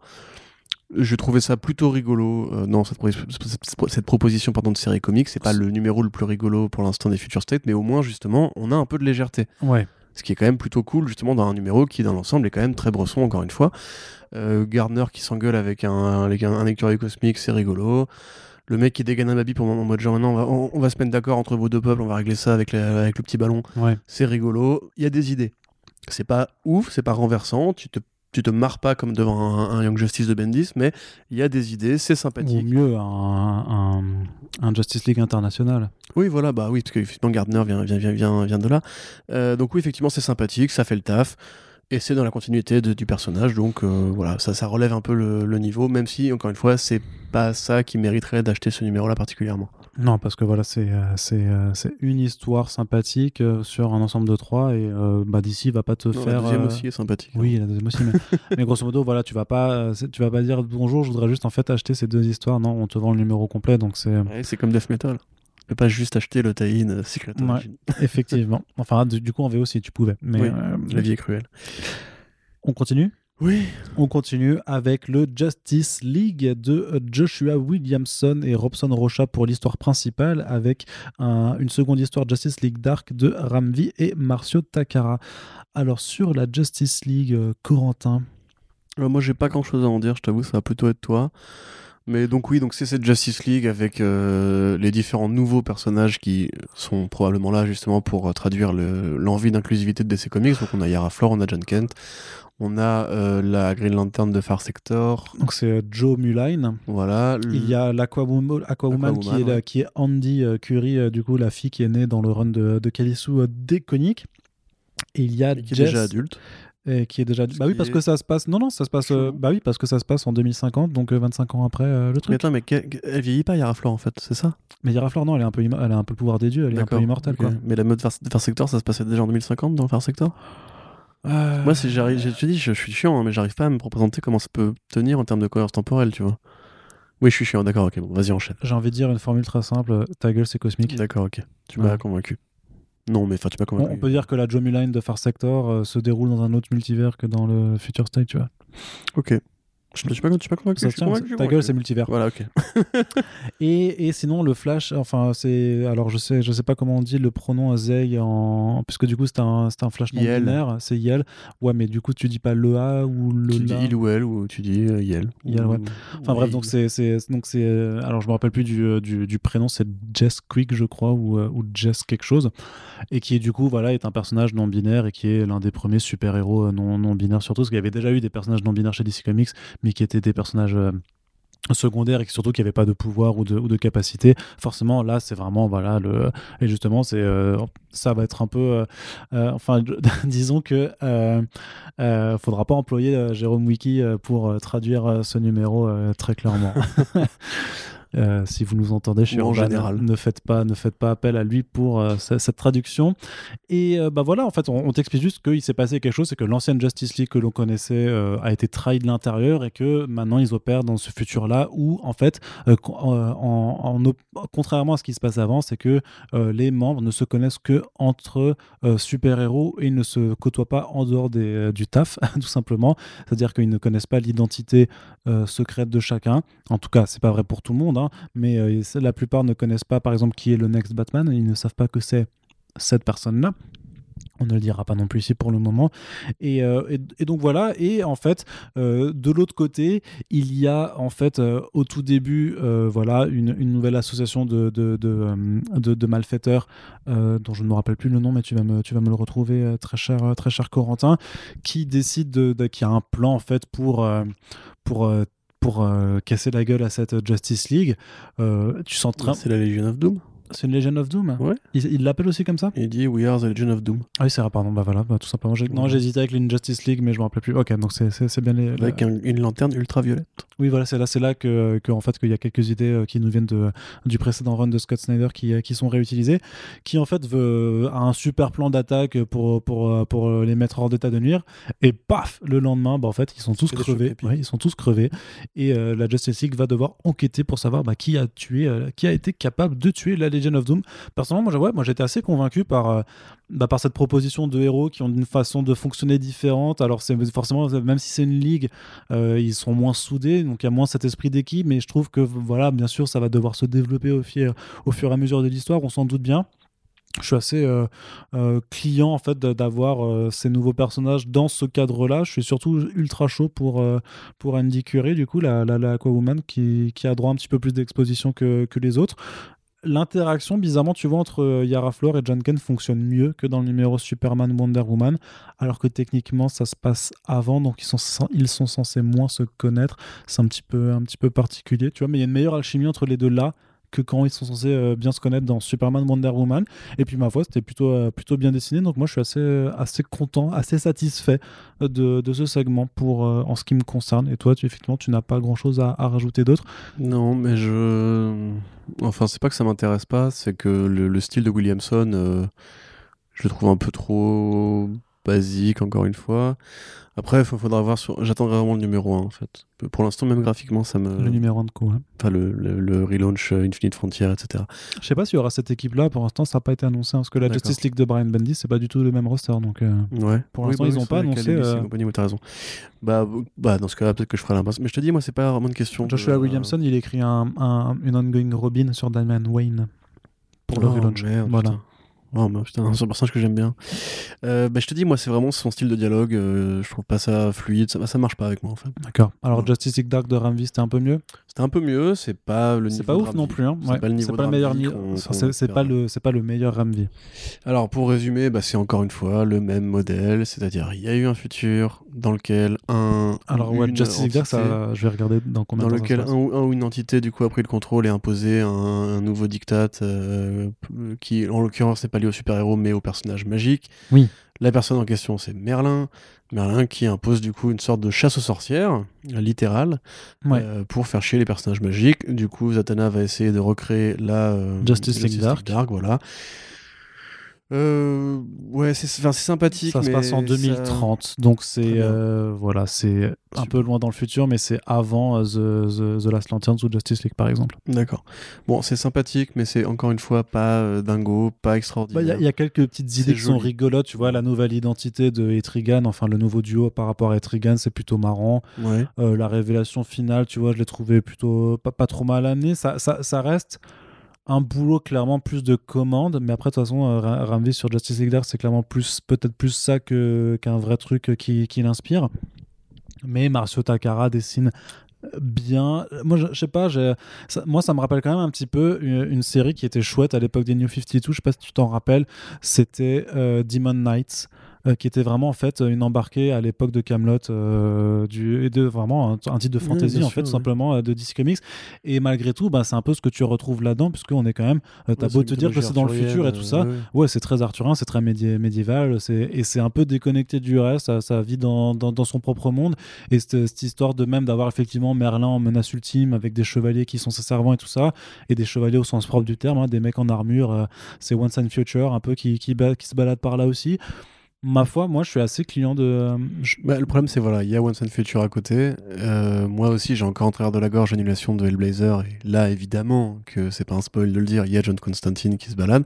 Je trouvais ça plutôt rigolo. Euh, non, cette, pro- cette proposition pardon, de série comique, c'est pas le numéro le plus rigolo pour l'instant des Future State, mais au moins justement, on a un peu de légèreté. Ouais. Ce qui est quand même plutôt cool, justement, dans un numéro qui, dans l'ensemble, est quand même très Bresson, encore une fois. Euh, Gardner qui s'engueule avec un, avec un, un écureuil cosmique, c'est rigolo. Le mec qui dégaine un baby pour en mode genre, maintenant, on va, on, on va se mettre d'accord entre vos deux peuples, on va régler ça avec, les, avec le petit ballon. Ouais. C'est rigolo. Il y a des idées. C'est pas ouf, c'est pas renversant. Tu te tu te marres pas comme devant un, un Young Justice de Bendis, mais il y a des idées, c'est sympathique. Ou mieux, un, un, un Justice League international. Oui, voilà, bah oui, parce qu'effectivement, Gardner vient, vient, vient, vient, vient de là. Euh, donc oui, effectivement, c'est sympathique, ça fait le taf, et c'est dans la continuité de, du personnage, donc euh, voilà, ça, ça relève un peu le, le niveau, même si, encore une fois, c'est pas ça qui mériterait d'acheter ce numéro-là particulièrement. Non, parce que voilà, c'est, euh, c'est, euh, c'est une histoire sympathique euh, sur un ensemble de trois, et euh, bah, D C va pas te non, faire... La deuxième euh... aussi est sympathique. Oui, hein. la deuxième aussi, mais, mais grosso modo, voilà, tu vas pas, euh, tu vas pas dire bonjour, je voudrais juste en fait acheter ces deux histoires. Non, on te vend le numéro complet, donc c'est... Ouais, c'est comme Death Metal. Tu peux pas juste acheter le tie-in euh, Secret ouais, Origin. Effectivement. Enfin, du, du coup, en V O si tu pouvais. Mais, oui, euh, la vie est cruelle. On continue ? Oui. On continue avec le Justice League de Joshua Williamson et Robson Rocha pour l'histoire principale, avec un, une seconde histoire Justice League Dark de Ramvi et Marcio Takara. Alors sur la Justice League, euh, Corentin. Alors, moi j'ai pas grand chose à en dire, je t'avoue, ça va plutôt être toi. Mais donc oui, donc c'est cette Justice League avec euh, les différents nouveaux personnages qui sont probablement là justement pour euh, traduire le, l'envie d'inclusivité de D C Comics. Donc on a Yara Flor, on a John Kent, on a euh, la Green Lantern de Far Sector. Donc c'est euh, Joe Mulline. Voilà. Il y a l'Aquawoman Aquawoman, qui, est ouais. qui est Andy euh, Curry, euh, du coup la fille qui est née dans le run de, de Kelly Sue euh, des comics. Et il y a et qui Jess, est déjà adulte. Et qui est déjà bah oui parce est... que ça se passe non non ça se passe euh, bah oui parce que ça se passe en deux mille cinquante donc euh, vingt-cinq ans après euh, le truc. Mais attends mais que... elle vieillit pas Yara Flor en fait, c'est ça? Mais Yara Flor non, elle est un peu im- elle a un peu le pouvoir des dieux, elle est D'accord, un peu immortelle okay. quoi. Mais la mode Far... Far Sector ça se passait déjà en deux mille cinquante dans Far Sector? Euh... Moi si j'arrive je te dis je suis chiant hein, mais j'arrive pas à me représenter comment ça peut tenir en termes de cohérence temporelle, tu vois. Oui, je suis chiant, d'accord, OK, bon, vas-y enchaîne. J'ai envie de dire une formule très simple, ta gueule c'est cosmique. D'accord, OK. Tu m'as ouais. convaincu. Non, mais enfin, tu m'as convaincu. On, on peut dire que la Joe Mulline de Far Sector euh, se déroule dans un autre multivers que dans le Future State, tu vois. Ok. Je ne suis pas, pas convaincu. Ça tient, ta gueule, c'est multivers. Voilà, ok. et, et sinon, le Flash, enfin, c'est. Alors, je sais, je sais pas comment on dit le pronom Zay en. Puisque du coup, c'est un, c'est un Flash non binaire, c'est Yel. Ouais, mais du coup, tu dis pas le A ou le. Tu dis il ou elle, ou tu dis euh, Yel. Yel, ouais. Enfin, bref, donc c'est. c'est donc c'est alors, je me rappelle plus du, du, du prénom, c'est Jess Quick, je crois, ou, ou Jess quelque chose. Et qui, du coup, voilà, est un personnage non binaire et qui est l'un des premiers super-héros non, non binaires, surtout, parce qu'il y avait déjà eu des personnages non binaires chez D C Comics, mais qui étaient des personnages euh, secondaires et qui, surtout qui n'avaient pas de pouvoir ou de, ou de capacité. Forcément, là, c'est vraiment, voilà, le... et justement, c'est, euh, ça va être un peu, euh, euh, enfin, disons que euh, euh, faudra pas employer euh, Jérôme Wiki euh, pour euh, traduire euh, ce numéro euh, très clairement. Euh, si vous nous entendez chez en Urban, général, ne faites pas, ne faites pas appel à lui pour euh, c- cette traduction. Et euh, bah voilà, en fait, on, on t'explique juste qu'il s'est passé quelque chose, c'est que l'ancienne Justice League que l'on connaissait euh, a été trahie de l'intérieur et que maintenant ils opèrent dans ce futur-là où, en fait, euh, en, en, en, contrairement à ce qui se passe avant, c'est que euh, les membres ne se connaissent que entre euh, super-héros et ils ne se côtoient pas en dehors des, euh, du taf, tout simplement. C'est-à-dire qu'ils ne connaissent pas l'identité euh, secrète de chacun. En tout cas, c'est pas vrai pour tout le monde. Hein, mais euh, la plupart ne connaissent pas par exemple qui est le Next Batman, ils ne savent pas que c'est cette personne-là. On ne le dira pas non plus ici pour le moment. Et, euh, et, et donc voilà. Et en fait, euh, de l'autre côté, il y a en fait euh, au tout début, euh, voilà, une, une nouvelle association de, de, de, de, de malfaiteurs euh, dont je ne me rappelle plus le nom, mais tu vas me, tu vas me le retrouver, euh, très cher, très cher Corentin, qui décide de, de, qui a un plan en fait pour euh, pour euh, pour euh, casser la gueule à cette Justice League. Euh, tu sens très... C'est la Legion of Doom. C'est une Legion of Doom. Ouais. Il, il l'appelle aussi comme ça. Il dit We are the Legion of Doom. Ah oui, c'est vrai, pardon. Bah voilà, bah, tout simplement. J'ai... Non, ouais. j'hésitais avec l'Injustice League, mais je me rappelais plus. Ok, donc c'est, c'est, c'est bien les. Avec la... un, une lanterne ultraviolette. Oui, voilà, c'est là, c'est là que, que en fait, qu'il y a quelques idées euh, qui nous viennent de, du précédent run de Scott Snyder qui, euh, qui sont réutilisées, qui en fait veut, a un super plan d'attaque pour, pour, pour les mettre hors d'état de nuire. Et paf, le lendemain, bah, en fait, ils sont tous crevés. Ouais, ils sont tous crevés. Et euh, la Justice League va devoir enquêter pour savoir bah, qui a tué, euh, qui a été capable de tuer la Legion of Doom. Personnellement, moi, ouais, moi j'étais assez convaincu par, euh, bah, par cette proposition de héros qui ont une façon de fonctionner différente. Alors, c'est forcément, même si c'est une ligue, euh, ils sont moins soudés, donc il y a moins cet esprit d'équipe. Mais je trouve que, voilà, bien sûr, ça va devoir se développer au, fi- au fur et à mesure de l'histoire, on s'en doute bien. Je suis assez euh, euh, client en fait d'avoir euh, ces nouveaux personnages dans ce cadre-là. Je suis surtout ultra chaud pour euh, pour Andy Curry, du coup, la, la, la Aquawoman qui, qui a droit à un petit peu plus d'exposition que, que les autres. L'interaction, bizarrement, tu vois, entre Yara Flor et John Kent fonctionne mieux que dans le numéro Superman Wonder Woman, alors que techniquement ça se passe avant, donc ils sont, ils sont censés moins se connaître. C'est un petit peu, un petit peu particulier, tu vois, mais il y a une meilleure alchimie entre les deux là que quand ils sont censés euh, bien se connaître dans Superman Wonder Woman. Et puis ma foi, c'était plutôt, euh, plutôt bien dessiné, donc moi je suis assez, euh, assez content, assez satisfait de, de ce segment pour, euh, en ce qui me concerne. Et toi, tu, effectivement, tu n'as pas grand chose à, à rajouter d'autre? Non, mais je... Enfin, c'est pas que ça m'intéresse pas, c'est que le, le style de Williamson, euh, je le trouve un peu trop basique, encore une fois. Après, il faudra voir sur... J'attendrai vraiment le numéro un, en fait. Pour l'instant, même graphiquement, ça me... Le numéro un de coup, hein. Enfin, le, le, le relaunch Infinite Frontier, et cetera. Je sais pas s'il y aura cette équipe-là. Pour l'instant, ça n'a pas été annoncé. Hein, parce que la D'accord. Justice League de Brian Bendis, c'est pas du tout le même roster. Donc, euh, ouais. Pour l'instant, oui, bah, ils n'ont pas annoncé... Euh... Compagnie, ouais, t'as raison. Bah, bah, dans ce cas-là, peut-être que je ferai l'impasse. Mais je te dis, moi, c'est pas vraiment une question... Joshua de... Williamson, il écrit un, un, une ongoing Robin sur Damian Wayne pour oh, le relaunch. Merde, voilà. putain. Oh, bah, putain, c'est un personnage que j'aime bien. Euh, bah, je te dis, moi, c'est vraiment son style de dialogue. Euh, je trouve pas ça fluide. Ça, ça marche pas avec moi, en fait. D'accord. Alors, ouais. Justice League Dark de Ram V, c'était un peu mieux. C'était un peu mieux. C'est pas le c'est niveau. pas de ouf non plus. Hein. C'est ouais. pas le niveau. C'est pas le meilleur niveau. C'est, c'est pas le. C'est pas le meilleur Ram V. Alors, pour résumer, bah, c'est encore une fois le même modèle. C'est-à-dire, il y a eu un futur dans lequel un. Alors, ouais, Justice League Dark, ça, je vais regarder dans combien de temps. Dans lequel un, un ou une entité du coup a pris le contrôle et imposé un, un nouveau diktat euh, qui, en l'occurrence, n'est pas lié au super-héros mais au personnage magique. Oui. La personne en question, c'est Merlin. Merlin qui impose du coup une sorte de chasse aux sorcières, littérale, ouais. euh, pour faire chier les personnages magiques. Du coup, Zatanna va essayer de recréer la euh, Justice League Dark. Dark, voilà. Euh, ouais, c'est, c'est sympathique. Ça mais se passe en deux mille trente, ça... donc c'est euh, voilà, c'est un peu loin dans le futur, mais c'est avant uh, the, the, the Last Lanterns ou Justice League par exemple. D'accord. Bon, c'est sympathique, mais c'est encore une fois pas euh, dingo, pas extraordinaire. Il bah, y, y a quelques petites idées c'est qui joli. sont rigolotes, tu vois, la nouvelle identité de Etrigan, enfin le nouveau duo par rapport à Etrigan, c'est plutôt marrant. Ouais. Euh, la révélation finale, tu vois, je l'ai trouvé plutôt pas, pas trop mal amenée. Ça, ça, ça reste un boulot clairement plus de commandes, mais après de toute façon euh, Ram V sur Justice League Dark c'est clairement plus peut-être plus ça que qu'un vrai truc qui, qui l'inspire. Mais Marcio Takara dessine bien. Moi je, je sais pas, j'ai... Ça, moi ça me rappelle quand même un petit peu une, une série qui était chouette à l'époque des New cinquante-deux, je sais pas si tu t'en rappelles, c'était euh, Demon Knights. Euh, qui était vraiment en fait une embarquée à l'époque de Camelot, euh, du et de vraiment un, un titre de fantasy oui, en sûr, fait, tout oui. simplement euh, de D C Comics. Et malgré tout, bah, c'est un peu ce que tu retrouves là-dedans, puisqu'on est quand même. Euh, t'as ouais, beau te dire que c'est dans le futur et tout ça, euh, ouais. ouais, c'est très arthurien, c'est très médi- médiéval, c'est et c'est un peu déconnecté du reste. Ça, ça vit dans, dans, dans son propre monde. Et cette, cette histoire de même d'avoir effectivement Merlin en menace ultime avec des chevaliers qui sont ses servants et tout ça, et des chevaliers au sens propre du terme, hein, des mecs en armure. Euh, c'est Once and Future un peu qui qui, ba- qui se balade par là aussi. Ma foi, moi, je suis assez client de... Euh, je... bah, le problème, c'est voilà, il y a Once and Future à côté. Euh, moi aussi, j'ai encore en travers de la gorge l'annulation de Hellblazer. Et là, évidemment, que c'est pas un spoil de le dire, il y a John Constantine qui se balade.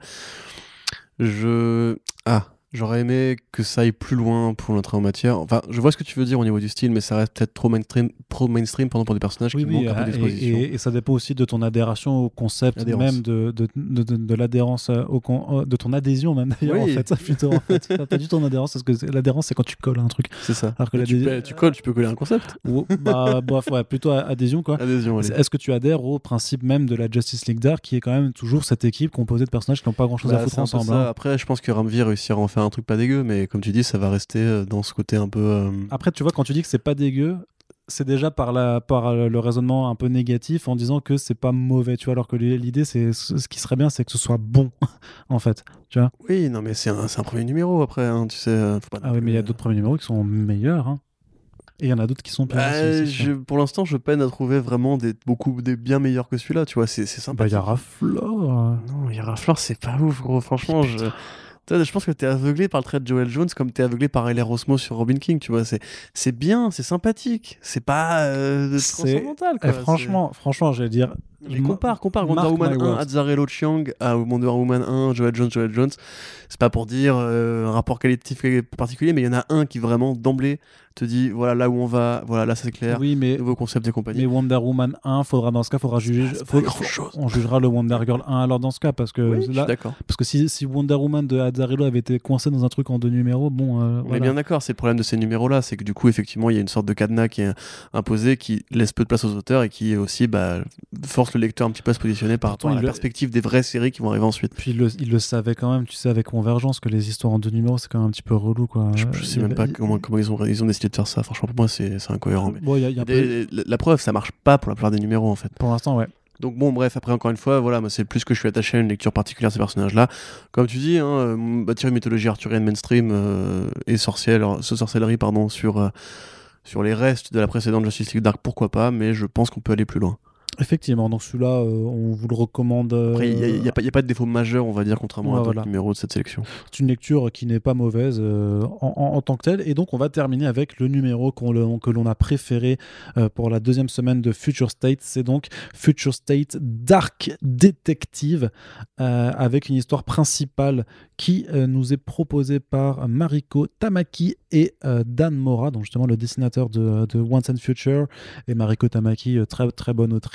Je... Ah, j'aurais aimé que ça aille plus loin pour l'entrée en matière. Enfin, je vois ce que tu veux dire au niveau du style, mais ça reste peut-être trop mainstream, trop mainstream pardon, pour des personnages oui, qui oui, manquent un peu d'exposition. Et, et, et ça dépend aussi de ton adhération au concept, adhérence. même de, de, de, de, de l'adhérence, au con, de ton adhésion même d'ailleurs, oui. en fait. Ça, plutôt, en fait. Pas du tout ton adhérence, parce que l'adhérence, c'est quand tu colles un truc. C'est ça. Alors que tu, peux, tu colles, tu peux coller un concept. Ou, bah, bref, ouais, plutôt adhésion, quoi. Adhésion, allez. Est-ce que tu adhères au principe même de la Justice League Dark, qui est quand même toujours cette équipe composée de personnages qui n'ont pas grand-chose bah, à foutre ensemble. Hein. Après, je pense que Ram V réussira à en faire un truc pas dégueu, mais comme tu dis, ça va rester dans ce côté un peu... Euh... Après, tu vois, quand tu dis que c'est pas dégueu, c'est déjà par, la, par le raisonnement un peu négatif en disant que c'est pas mauvais, tu vois, alors que l'idée, c'est, ce qui serait bien, c'est que ce soit bon, en fait, tu vois. Oui, non, mais c'est un, c'est un premier numéro, après, hein, tu sais... Faut pas ah oui, mais il y a d'autres premiers numéros qui sont meilleurs, hein. Et il y en a d'autres qui sont pires. Bah, aussi, je, pour l'instant, je peine à trouver vraiment des, beaucoup, des bien meilleurs que celui-là, tu vois, c'est, c'est sympa. Bah, il y a Raflor. Non, il y a Raflor, c'est pas ouf, gros, franchement, je... Je pense que t'es aveuglé par le trait de Joel Jones comme t'es aveuglé par Hilaire Osmo sur Robin King, tu vois. C'est, c'est bien, c'est sympathique, c'est pas euh, transcendantal. Quoi. Eh, franchement, c'est... franchement, j'allais dire. Mais compare, compare Wonder Woman un, Azzarello Chiang à Wonder Woman un, Joel Jones, Joel Jones. C'est pas pour dire euh, un rapport qualitatif particulier, mais il y en a un qui vraiment d'emblée te dit voilà là où on va, voilà là c'est clair, oui, mais, nouveaux concepts et compagnie. Mais Wonder Woman un, faudra dans ce cas, faudra juger. C'est faut, grand chose. On jugera le Wonder Girl un alors dans ce cas parce que oui, là, je suis d'accord. Parce que si, si Wonder Woman de Azzarello avait été coincé dans un truc en deux numéros, bon. Euh, on voilà. est bien d'accord. C'est le problème de ces numéros-là, c'est que du coup effectivement il y a une sorte de cadenas qui est imposé, qui laisse peu de place aux auteurs et qui aussi bah, force le lecteur un petit peu à se positionner par rapport à la le... perspective des vraies séries qui vont arriver ensuite. Puis il le, il le savait quand même, tu sais, avec Convergence, que les histoires en deux numéros c'est quand même un petit peu relou, quoi. Je, je sais il même avait... pas comment, comment ils, ont, ils ont décidé de faire ça. Franchement, pour moi, c'est, c'est incohérent. Mais... Bon, y a, y a des, peu... la, la preuve, ça marche pas pour la plupart des numéros, en fait. Pour l'instant, ouais. Donc bon, bref, après, encore une fois, voilà, moi, c'est plus que je suis attaché à une lecture particulière de ces personnages-là. Comme tu dis, hein, bâtir une mythologie arthurienne mainstream euh, et sorcière, sorcellerie, pardon, sur, euh, sur les restes de la précédente Justice League Dark, pourquoi pas, mais je pense qu'on peut aller plus loin. Effectivement, donc celui-là, euh, on vous le recommande. Euh... Après, il n'y a, a, a pas de défaut majeur, on va dire, contrairement ouais, à d'autres voilà. numéros de cette sélection. C'est une lecture qui n'est pas mauvaise euh, en, en, en tant que telle. Et donc, on va terminer avec le numéro qu'on le, que l'on a préféré euh, pour la deuxième semaine de Future State. C'est donc Future State Dark Detective, euh, avec une histoire principale qui euh, nous est proposée par Mariko Tamaki et euh, Dan Mora, donc justement le dessinateur de, de Once and Future. Et Mariko Tamaki, très, très bonne autrice.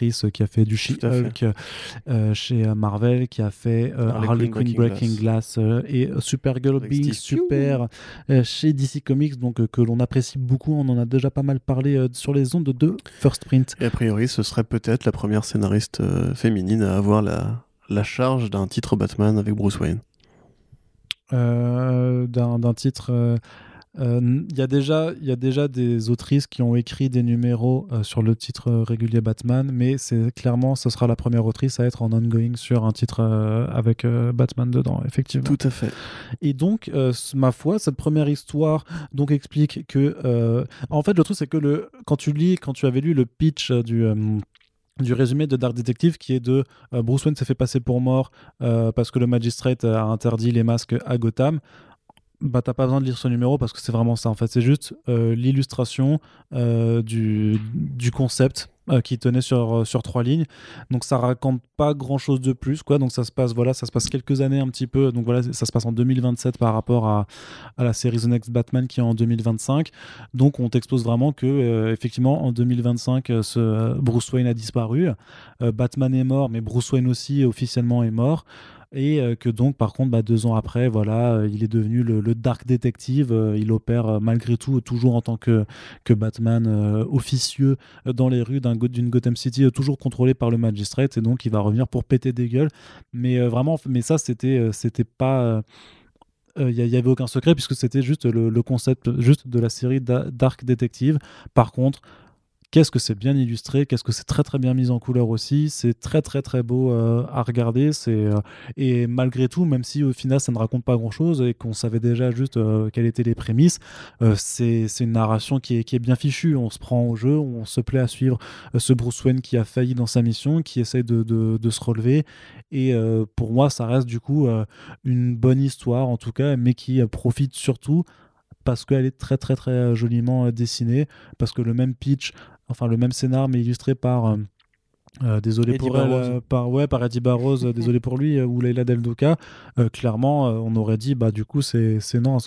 l'actrice qui a fait du She-Hulk euh, chez Marvel, qui a fait euh, Harley Quinn Breaking Glass, Glass euh, et Supergirl Being Steve Super euh, chez D C Comics, donc euh, que l'on apprécie beaucoup. On en a déjà pas mal parlé euh, sur les ondes de First Print. Et a priori, ce serait peut-être la première scénariste euh, féminine à avoir la, la charge d'un titre Batman avec Bruce Wayne. Euh, d'un, d'un titre... Euh... Il euh, y, y a déjà des autrices qui ont écrit des numéros euh, sur le titre régulier Batman, mais c'est clairement, ce sera la première autrice à être en ongoing sur un titre euh, avec euh, Batman dedans, effectivement. Tout à fait. Et donc, euh, ma foi, cette première histoire donc explique que... Euh, en fait, le truc, c'est que le, quand tu lis, quand tu avais lu le pitch du... Euh, du résumé de Dark Detective, qui est de euh, Bruce Wayne s'est fait passer pour mort euh, parce que le magistrate a interdit les masques à Gotham. Bah, t'as pas besoin de lire ce numéro parce que c'est vraiment ça en fait, c'est juste euh, l'illustration euh, du, du concept euh, qui tenait sur, sur trois lignes, donc ça raconte pas grand chose de plus quoi. Donc ça se passe voilà ça se passe quelques années un petit peu, donc voilà ça se passe en deux mille vingt-sept par rapport à, à la série The Next Batman qui est en deux mille vingt-cinq, donc on t'expose vraiment que euh, effectivement en deux mille vingt-cinq euh, ce, euh, Bruce Wayne a disparu, euh, Batman est mort mais Bruce Wayne aussi officiellement est mort. Et euh, que donc par contre bah, deux ans après voilà euh, il est devenu le, le Dark Detective, euh, il opère euh, malgré tout toujours en tant que, que Batman euh, officieux euh, dans les rues d'un, d'une Gotham City euh, toujours contrôlé par le Magistrate, et donc il va revenir pour péter des gueules, mais euh, vraiment mais ça c'était, euh, c'était pas il euh, n'y avait aucun secret puisque c'était juste le, le concept juste de la série da- Dark Detective. Par contre, qu'est-ce que c'est bien illustré, qu'est-ce que c'est très très bien mis en couleur aussi, c'est très très très beau euh, à regarder, c'est, euh, et malgré tout, même si au final ça ne raconte pas grand-chose et qu'on savait déjà juste euh, quelles étaient les prémices, euh, c'est, c'est une narration qui est, qui est bien fichue, on se prend au jeu, on se plaît à suivre euh, ce Bruce Wayne qui a failli dans sa mission, qui essaye de, de, de se relever, et euh, pour moi ça reste du coup euh, une bonne histoire en tout cas, mais qui euh, profite surtout parce qu'elle est très très très joliment dessinée, parce que le même pitch, enfin le même scénar mais illustré par euh, euh, désolé Eddie pour elle, euh, par ouais par Eddie Barrows, euh, désolé pour lui, euh, ou Leila Del Duca, euh, clairement euh, on aurait dit bah du coup c'est c'est non.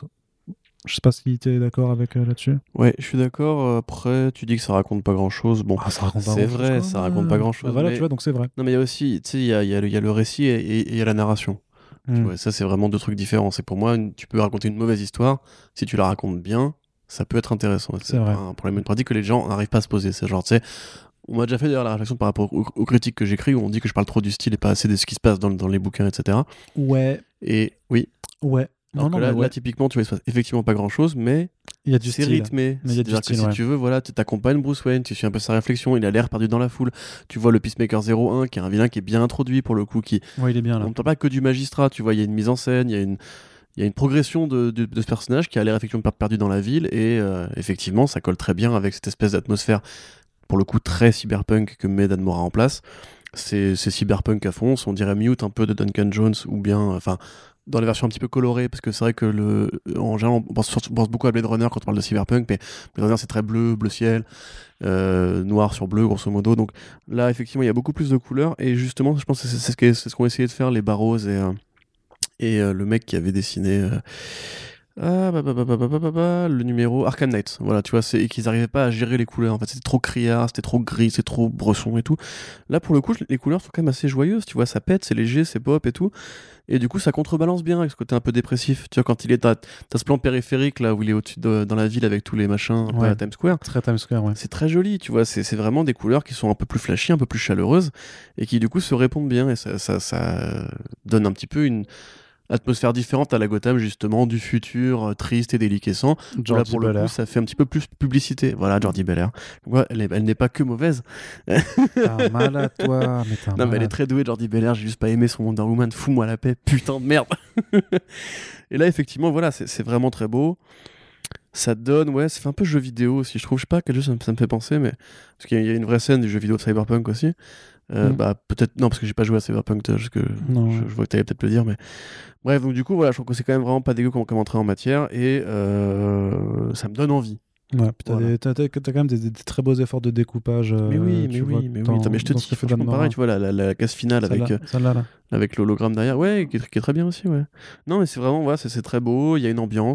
Je sais pas si tu es d'accord avec euh, là-dessus. Ouais, je suis d'accord. Après, tu dis que ça raconte pas grand-chose. Bon, ah, ça raconte pas c'est grand-chose, vrai, quoi, ça ouais. raconte pas grand-chose. Bah, voilà, mais... tu vois, donc c'est vrai. Non, mais il y a aussi, tu sais, il y a, y, a y a le récit et il y a la narration. Mm. Tu vois, ça, c'est vraiment deux trucs différents. C'est pour moi, tu peux raconter une mauvaise histoire. Si tu la racontes bien, ça peut être intéressant. C'est, c'est vrai. un problème de pratique que les gens n'arrivent pas à se poser. C'est genre, tu sais, on m'a déjà fait d'ailleurs la réflexion par rapport aux, aux critiques que j'écris où on dit que je parle trop du style et pas assez de ce qui se passe dans, dans les bouquins, et cetera. Ouais. Et oui. Ouais. Non, non, là, ouais. là, typiquement, tu vois, il se passe effectivement pas grand-chose, mais il y a du c'est style. rythmé. Mais il y a du style, que ouais. si tu veux, voilà, tu t'accompagnes Bruce Wayne, tu suis un peu sa réflexion, il a l'air perdu dans la foule. Tu vois le Peacemaker zéro un, qui est un vilain qui est bien introduit pour le coup, qui. Ouais, il est bien là. On ne parle pas que du magistrat, tu vois, il y a une mise en scène, il y a une. Il y a une progression de, de, de ce personnage qui a l'air effectivement perdu dans la ville, et euh, effectivement, ça colle très bien avec cette espèce d'atmosphère, pour le coup, très cyberpunk que met Dan Mora en place. C'est, c'est cyberpunk à fond, on dirait Mute un peu de Duncan Jones, ou bien. Enfin. Dans les versions un petit peu colorées, parce que c'est vrai que le, en général on pense, on pense beaucoup à Blade Runner quand on parle de cyberpunk, mais Blade Runner c'est très bleu, bleu ciel, euh, noir sur bleu grosso modo, donc là effectivement il y a beaucoup plus de couleurs, et justement je pense que c'est, c'est, ce, qu'est, c'est ce qu'ont essayé de faire les Barrows et, euh, et euh, le mec qui avait dessiné euh, ah, bah, bah, bah, bah, bah, bah, bah, le numéro Arkham Knight, voilà, tu vois, c'est, et qu'ils n'arrivaient pas à gérer les couleurs, en fait c'était trop criard, c'était trop gris, c'est trop bresson et tout. Là pour le coup les couleurs sont quand même assez joyeuses, tu vois, ça pète, c'est léger, c'est pop et tout. Et du coup, ça contrebalance bien avec ce côté un peu dépressif. Tu vois, quand il est, t'as, t'as ce plan périphérique là où il est au-dessus de, dans la ville avec tous les machins, un ouais. peu à Times Square. Très Times Square, ouais. C'est très joli, tu vois. C'est, c'est vraiment des couleurs qui sont un peu plus flashy, un peu plus chaleureuses et qui du coup se répondent bien, et ça, ça, ça donne un petit peu une atmosphère différente à la Gotham justement du futur euh, triste et déliquescent. Là pour le coup ça fait un petit peu plus publicité. Voilà, Jordi Belair. Ouais, elle, est, elle n'est pas que mauvaise. T'as mal à toi, mais t'as non mal mais elle est très douée, Jordi Belair. J'ai juste pas aimé son Wonder Woman. Fous-moi la paix, putain de merde. Et là effectivement voilà, c'est, c'est vraiment très beau. Ça donne, ouais, ça fait un peu jeu vidéo aussi. Je trouve, je sais pas à quel jeu ça me, ça me fait penser, mais parce qu'il y a, il y a une vraie scène du jeu vidéo de Cyberpunk aussi. Euh, mmh. Bah peut-être non parce que j'ai pas joué à Cyberpunk, parce que non, je, je vois que t'allais peut-être le dire, mais bref, donc du coup voilà, je trouve que c'est quand même vraiment pas dégueu comme, comme entrée en matière, et euh, ça me donne envie. Ouais, t'as, voilà. des, t'as, t'as, t'as quand même des, des très beaux efforts de découpage. Euh, mais oui, mais oui, mais oui. Attends, mais je te dis, que franchement, pareil, tu vois la, la, la case finale celle-là, avec celle-là, là. avec l'hologramme derrière, ouais, qui est, qui est très bien aussi, ouais. Non mais c'est vraiment, voilà, c'est, c'est très beau, il y a une ambiance.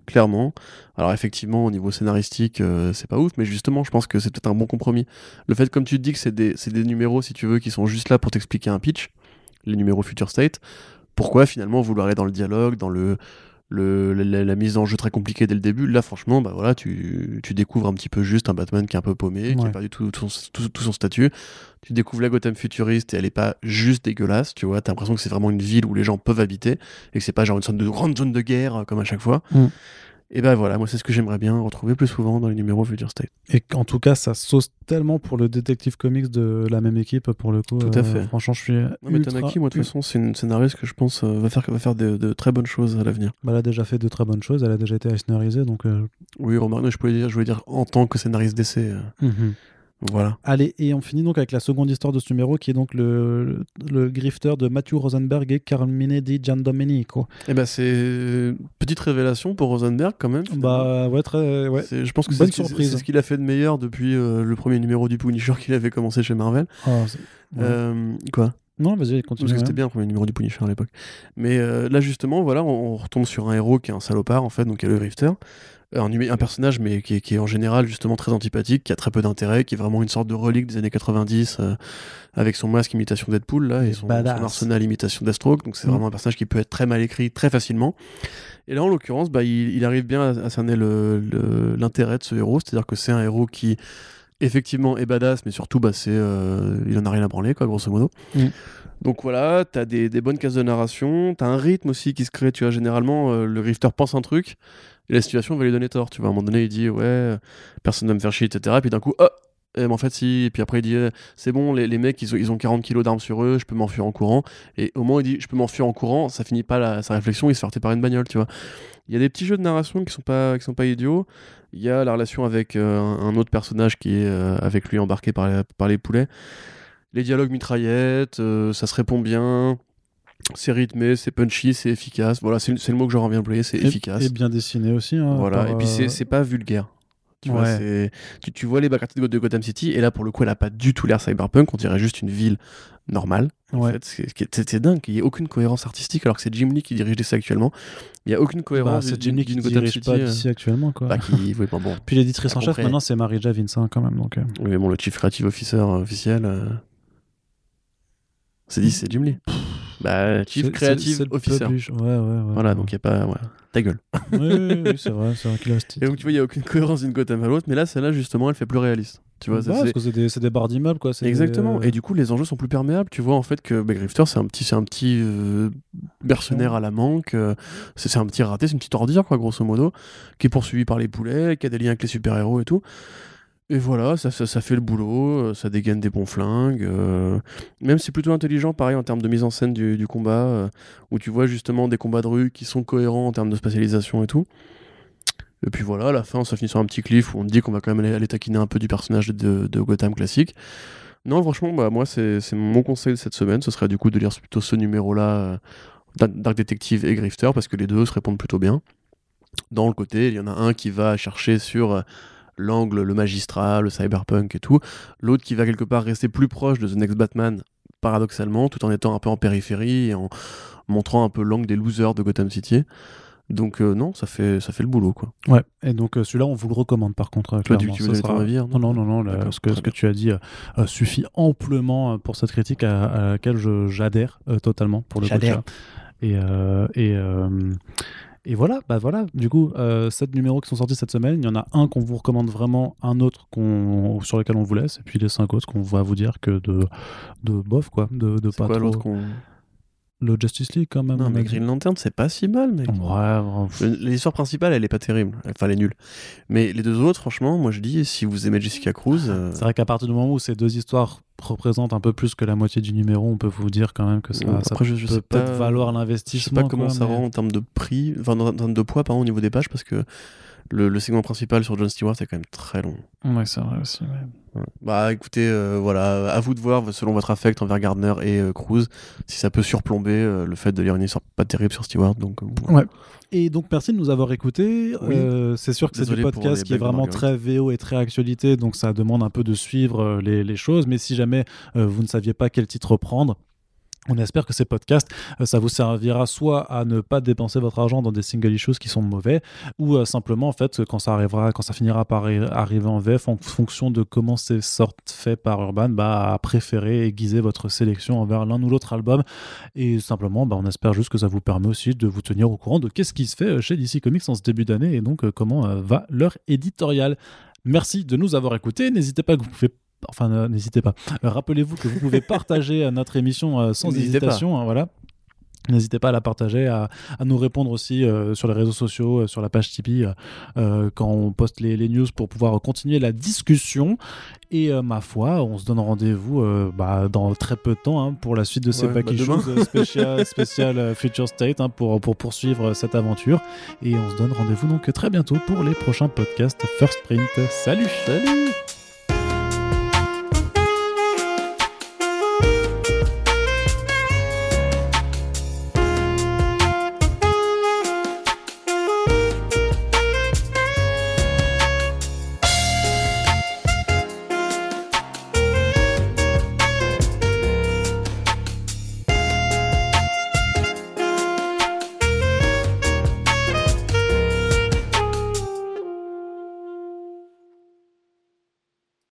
clairement. Alors effectivement, au niveau scénaristique, euh, c'est pas ouf, mais justement, je pense que c'est peut-être un bon compromis. Le fait, comme tu te dis, que c'est des, c'est des numéros, si tu veux, qui sont juste là pour t'expliquer un pitch, les numéros Future State, pourquoi finalement vouloir aller dans le dialogue, dans le, le, la, la mise en jeu très compliquée dès le début? Là, franchement, bah voilà, tu, tu découvres un petit peu juste un Batman qui est un peu paumé, ouais. qui a perdu tout, tout, son, tout, tout son statut. Tu découvres la Gotham futuriste et elle est pas juste dégueulasse, tu vois. T'as l'impression que c'est vraiment une ville où les gens peuvent habiter et que c'est pas genre une sorte de grande zone de guerre comme à chaque fois. Mm. Et ben voilà, moi c'est ce que j'aimerais bien retrouver plus souvent dans les numéros Future State. Et en tout cas, ça sauce tellement pour le Detective Comics de la même équipe, pour le coup. Tout à fait. Euh, franchement, je suis. Non, mais Tamaki, moi de toute façon, c'est une scénariste que je pense euh, va faire, va faire de, de très bonnes choses à l'avenir. Bah, elle a déjà fait de très bonnes choses, elle a déjà été scénarisée, donc. Euh... Oui, remarque, je, dire, je voulais dire en tant que scénariste d'essai. Euh... Mm-hmm. Voilà. Allez, et on finit donc avec la seconde histoire de ce numéro qui est donc le, le, le grifter de Matthew Rosenberg et Carmine Di Giandomenico. Eh ben c'est une petite révélation pour Rosenberg quand même. Bah ouais, très ouais. C'est, je pense que bonne c'est, surprise. C'est ce qu'il a fait de meilleur depuis euh, le premier numéro du Punisher qu'il avait commencé chez Marvel. Oh, ouais. euh, quoi Non, vas-y, continue. Parce que c'était bien le premier numéro du Punisher à l'époque. Mais euh, là justement, voilà, on, on retombe sur un héros qui est un salopard en fait, donc il y a le grifter. Un, un personnage mais qui est, qui est en général justement très antipathique, qui a très peu d'intérêt, qui est vraiment une sorte de relique des années quatre-vingt-dix euh, avec son masque imitation Deadpool là, et son, son arsenal imitation Deathstroke, donc c'est mmh. vraiment un personnage qui peut être très mal écrit très facilement. Et là en l'occurrence bah, il, il arrive bien à, à cerner le, le, l'intérêt de ce héros, c'est-à-dire que c'est un héros qui effectivement est badass, mais surtout bah, c'est, euh, il en a rien à branler quoi, grosso modo. Mmh. Donc voilà, t'as des, des bonnes cases de narration, t'as un rythme aussi qui se crée, tu vois, généralement euh, le grifter pense un truc et la situation va lui donner tort, tu vois, à un moment donné il dit ouais, personne va me faire chier, et cetera. Et puis d'un coup, oh, eh, mais en fait si, et puis après il dit eh, c'est bon, les, les mecs ils ont, ils ont quarante kilos d'armes sur eux, je peux m'enfuir en courant, et au moment où il dit je peux m'enfuir en courant, ça finit pas la, sa réflexion, il se fait heurter par une bagnole, tu vois. Il y a des petits jeux de narration qui sont pas, qui sont pas idiots, il y a la relation avec euh, un, un autre personnage qui est euh, avec lui embarqué par, la, par les poulets, les dialogues mitraillettes, euh, ça se répond bien. C'est rythmé, c'est punchy, c'est efficace. Voilà, c'est, c'est le mot que j'aurais bien employé, c'est et, efficace. Et bien dessiné aussi. Hein, voilà, par, et puis c'est, c'est pas vulgaire. Tu, ouais. vois, c'est... Tu, tu vois les backgrounds de Gotham City, et là pour le coup, elle a pas du tout l'air cyberpunk, on dirait juste une ville normale. En ouais. fait, c'est, c'est, c'est dingue, il n'y a aucune cohérence artistique, alors que c'est Jim Lee qui dirige D C actuellement. Il n'y a aucune cohérence. Bah, c'est Jim Lee qui dirige City, pas D C actuellement. Quoi. Bah, qui... oui, bon, bon. Puis l'éditrice en chef, maintenant, c'est Marija Vincent quand même. Donc, euh... Oui, mais bon, le Chief Creative Officer euh, officiel, euh... c'est dit, c'est Jim Lee. Bah, Chief c'est, Creative c'est, c'est Officer. Ouais, ouais, ouais. Voilà, ouais. donc il n'y a pas. Ouais. Ta gueule. oui, oui, oui, c'est vrai, c'est vrai qu'il a ce titre. Et donc, tu vois, il n'y a aucune cohérence d'une Gotham à l'autre, mais là, celle-là, justement, elle fait plus réaliste. Tu vois, bah, c'est, parce c'est... que c'est des, c'est des barres d'immeubles, quoi. C'est exactement. des... Et du coup, les enjeux sont plus perméables. Tu vois, en fait, que bah, Grifter, c'est un petit, c'est un petit euh, mercenaire à la manque. Euh, c'est, c'est un petit raté, c'est une petite ordure, quoi, grosso modo, qui est poursuivi par les poulets, qui a des liens avec les super-héros et tout. Et voilà, ça, ça, ça fait le boulot, ça dégaine des bons flingues. Euh... Même si c'est plutôt intelligent, pareil, en termes de mise en scène du, du combat, euh, où tu vois justement des combats de rue qui sont cohérents en termes de spatialisation et tout. Et puis voilà, à la fin, ça finit sur un petit cliff où on te dit qu'on va quand même aller, aller taquiner un peu du personnage de, de Gotham classique. Non, franchement, bah, moi, c'est, c'est mon conseil de cette semaine. Ce serait du coup de lire plutôt ce numéro-là, euh, Dark Detective et Grifter, parce que les deux se répondent plutôt bien. Dans le côté, il y en a un qui va chercher sur... Euh, l'angle, le magistrat, le cyberpunk et tout. L'autre qui va quelque part rester plus proche de The Next Batman, paradoxalement, tout en étant un peu en périphérie et en montrant un peu l'angle des losers de Gotham City. Donc euh, non, ça fait, ça fait le boulot, quoi. Ouais, et donc euh, celui-là, on vous le recommande par contre. Euh, Toi, tu, tu veux donner ton avis, non, non, non, non là, ce, que, ce que tu as dit euh, suffit amplement pour cette critique à, à laquelle je, j'adhère euh, totalement, pour le j'adhère. Coup, et, euh, et euh, Et voilà, bah voilà, du coup, euh, sept numéros qui sont sortis cette semaine. Il y en a un qu'on vous recommande vraiment, un autre qu'on, sur lequel on vous laisse, et puis les cinq autres qu'on va vous dire que de, de bof, quoi. De, de c'est pas quoi trop... l'autre qu'on... Le Justice League, quand même. Non, mais Green Lantern, c'est pas si mal, mec. Ouais, ouais. L'histoire principale, elle est pas terrible. Enfin, elle est nulle. Mais les deux autres, franchement, moi je dis, si vous aimez Jessica Cruz... Euh... C'est vrai qu'à partir du moment où ces deux histoires représentent un peu plus que la moitié du numéro, on peut vous dire quand même que ça, ouais, ça après, je, je peut sais peut-être pas, valoir l'investissement. Je sais pas comment quoi, ça mais... rend en termes de prix, enfin en termes de poids, pardon, au niveau des pages, parce que le, le segment principal sur John Stewart est quand même très long. Ouais, c'est vrai aussi. Ouais. Ouais. Bah écoutez, euh, voilà, à vous de voir, selon votre affect envers Gardner et euh, Cruz, si ça peut surplomber euh, le fait de lire une histoire pas terrible sur Stewart. Donc, euh, ouais. ouais. Et donc merci de nous avoir écoutés. Oui. Euh, c'est sûr que Désolé c'est du podcast qui est vraiment très V O et très actualité, donc ça demande un peu de suivre euh, les, les choses. Mais si jamais euh, vous ne saviez pas quel titre prendre, On espère que ces podcasts, euh, ça vous servira soit à ne pas dépenser votre argent dans des single issues qui sont mauvais, ou euh, simplement en fait quand ça arrivera, quand ça finira par arri- arriver en V F, en fonction de comment c'est sorte fait par Urban, bah à préférer aiguiser votre sélection envers l'un ou l'autre album. Et simplement, bah, on espère juste que ça vous permet aussi de vous tenir au courant de qu'est-ce qui se fait chez D C Comics en ce début d'année et donc euh, comment euh, va leur éditorial. Merci de nous avoir écoutés. N'hésitez pas, que vous pouvez Enfin, euh, n'hésitez pas. Euh, rappelez-vous que vous pouvez partager euh, notre émission euh, sans n'hésitez hésitation. Hein, voilà. N'hésitez pas à la partager, à, à nous répondre aussi euh, sur les réseaux sociaux, euh, sur la page Tipeee, euh, quand on poste les, les news pour pouvoir continuer la discussion. Et euh, ma foi, on se donne rendez-vous euh, bah, dans très peu de temps hein, pour la suite de ces ouais, pack issues bah spécial, spécial euh, Future State hein, pour, pour poursuivre cette aventure. Et on se donne rendez-vous donc très bientôt pour les prochains podcasts First Print. Salut! Salut!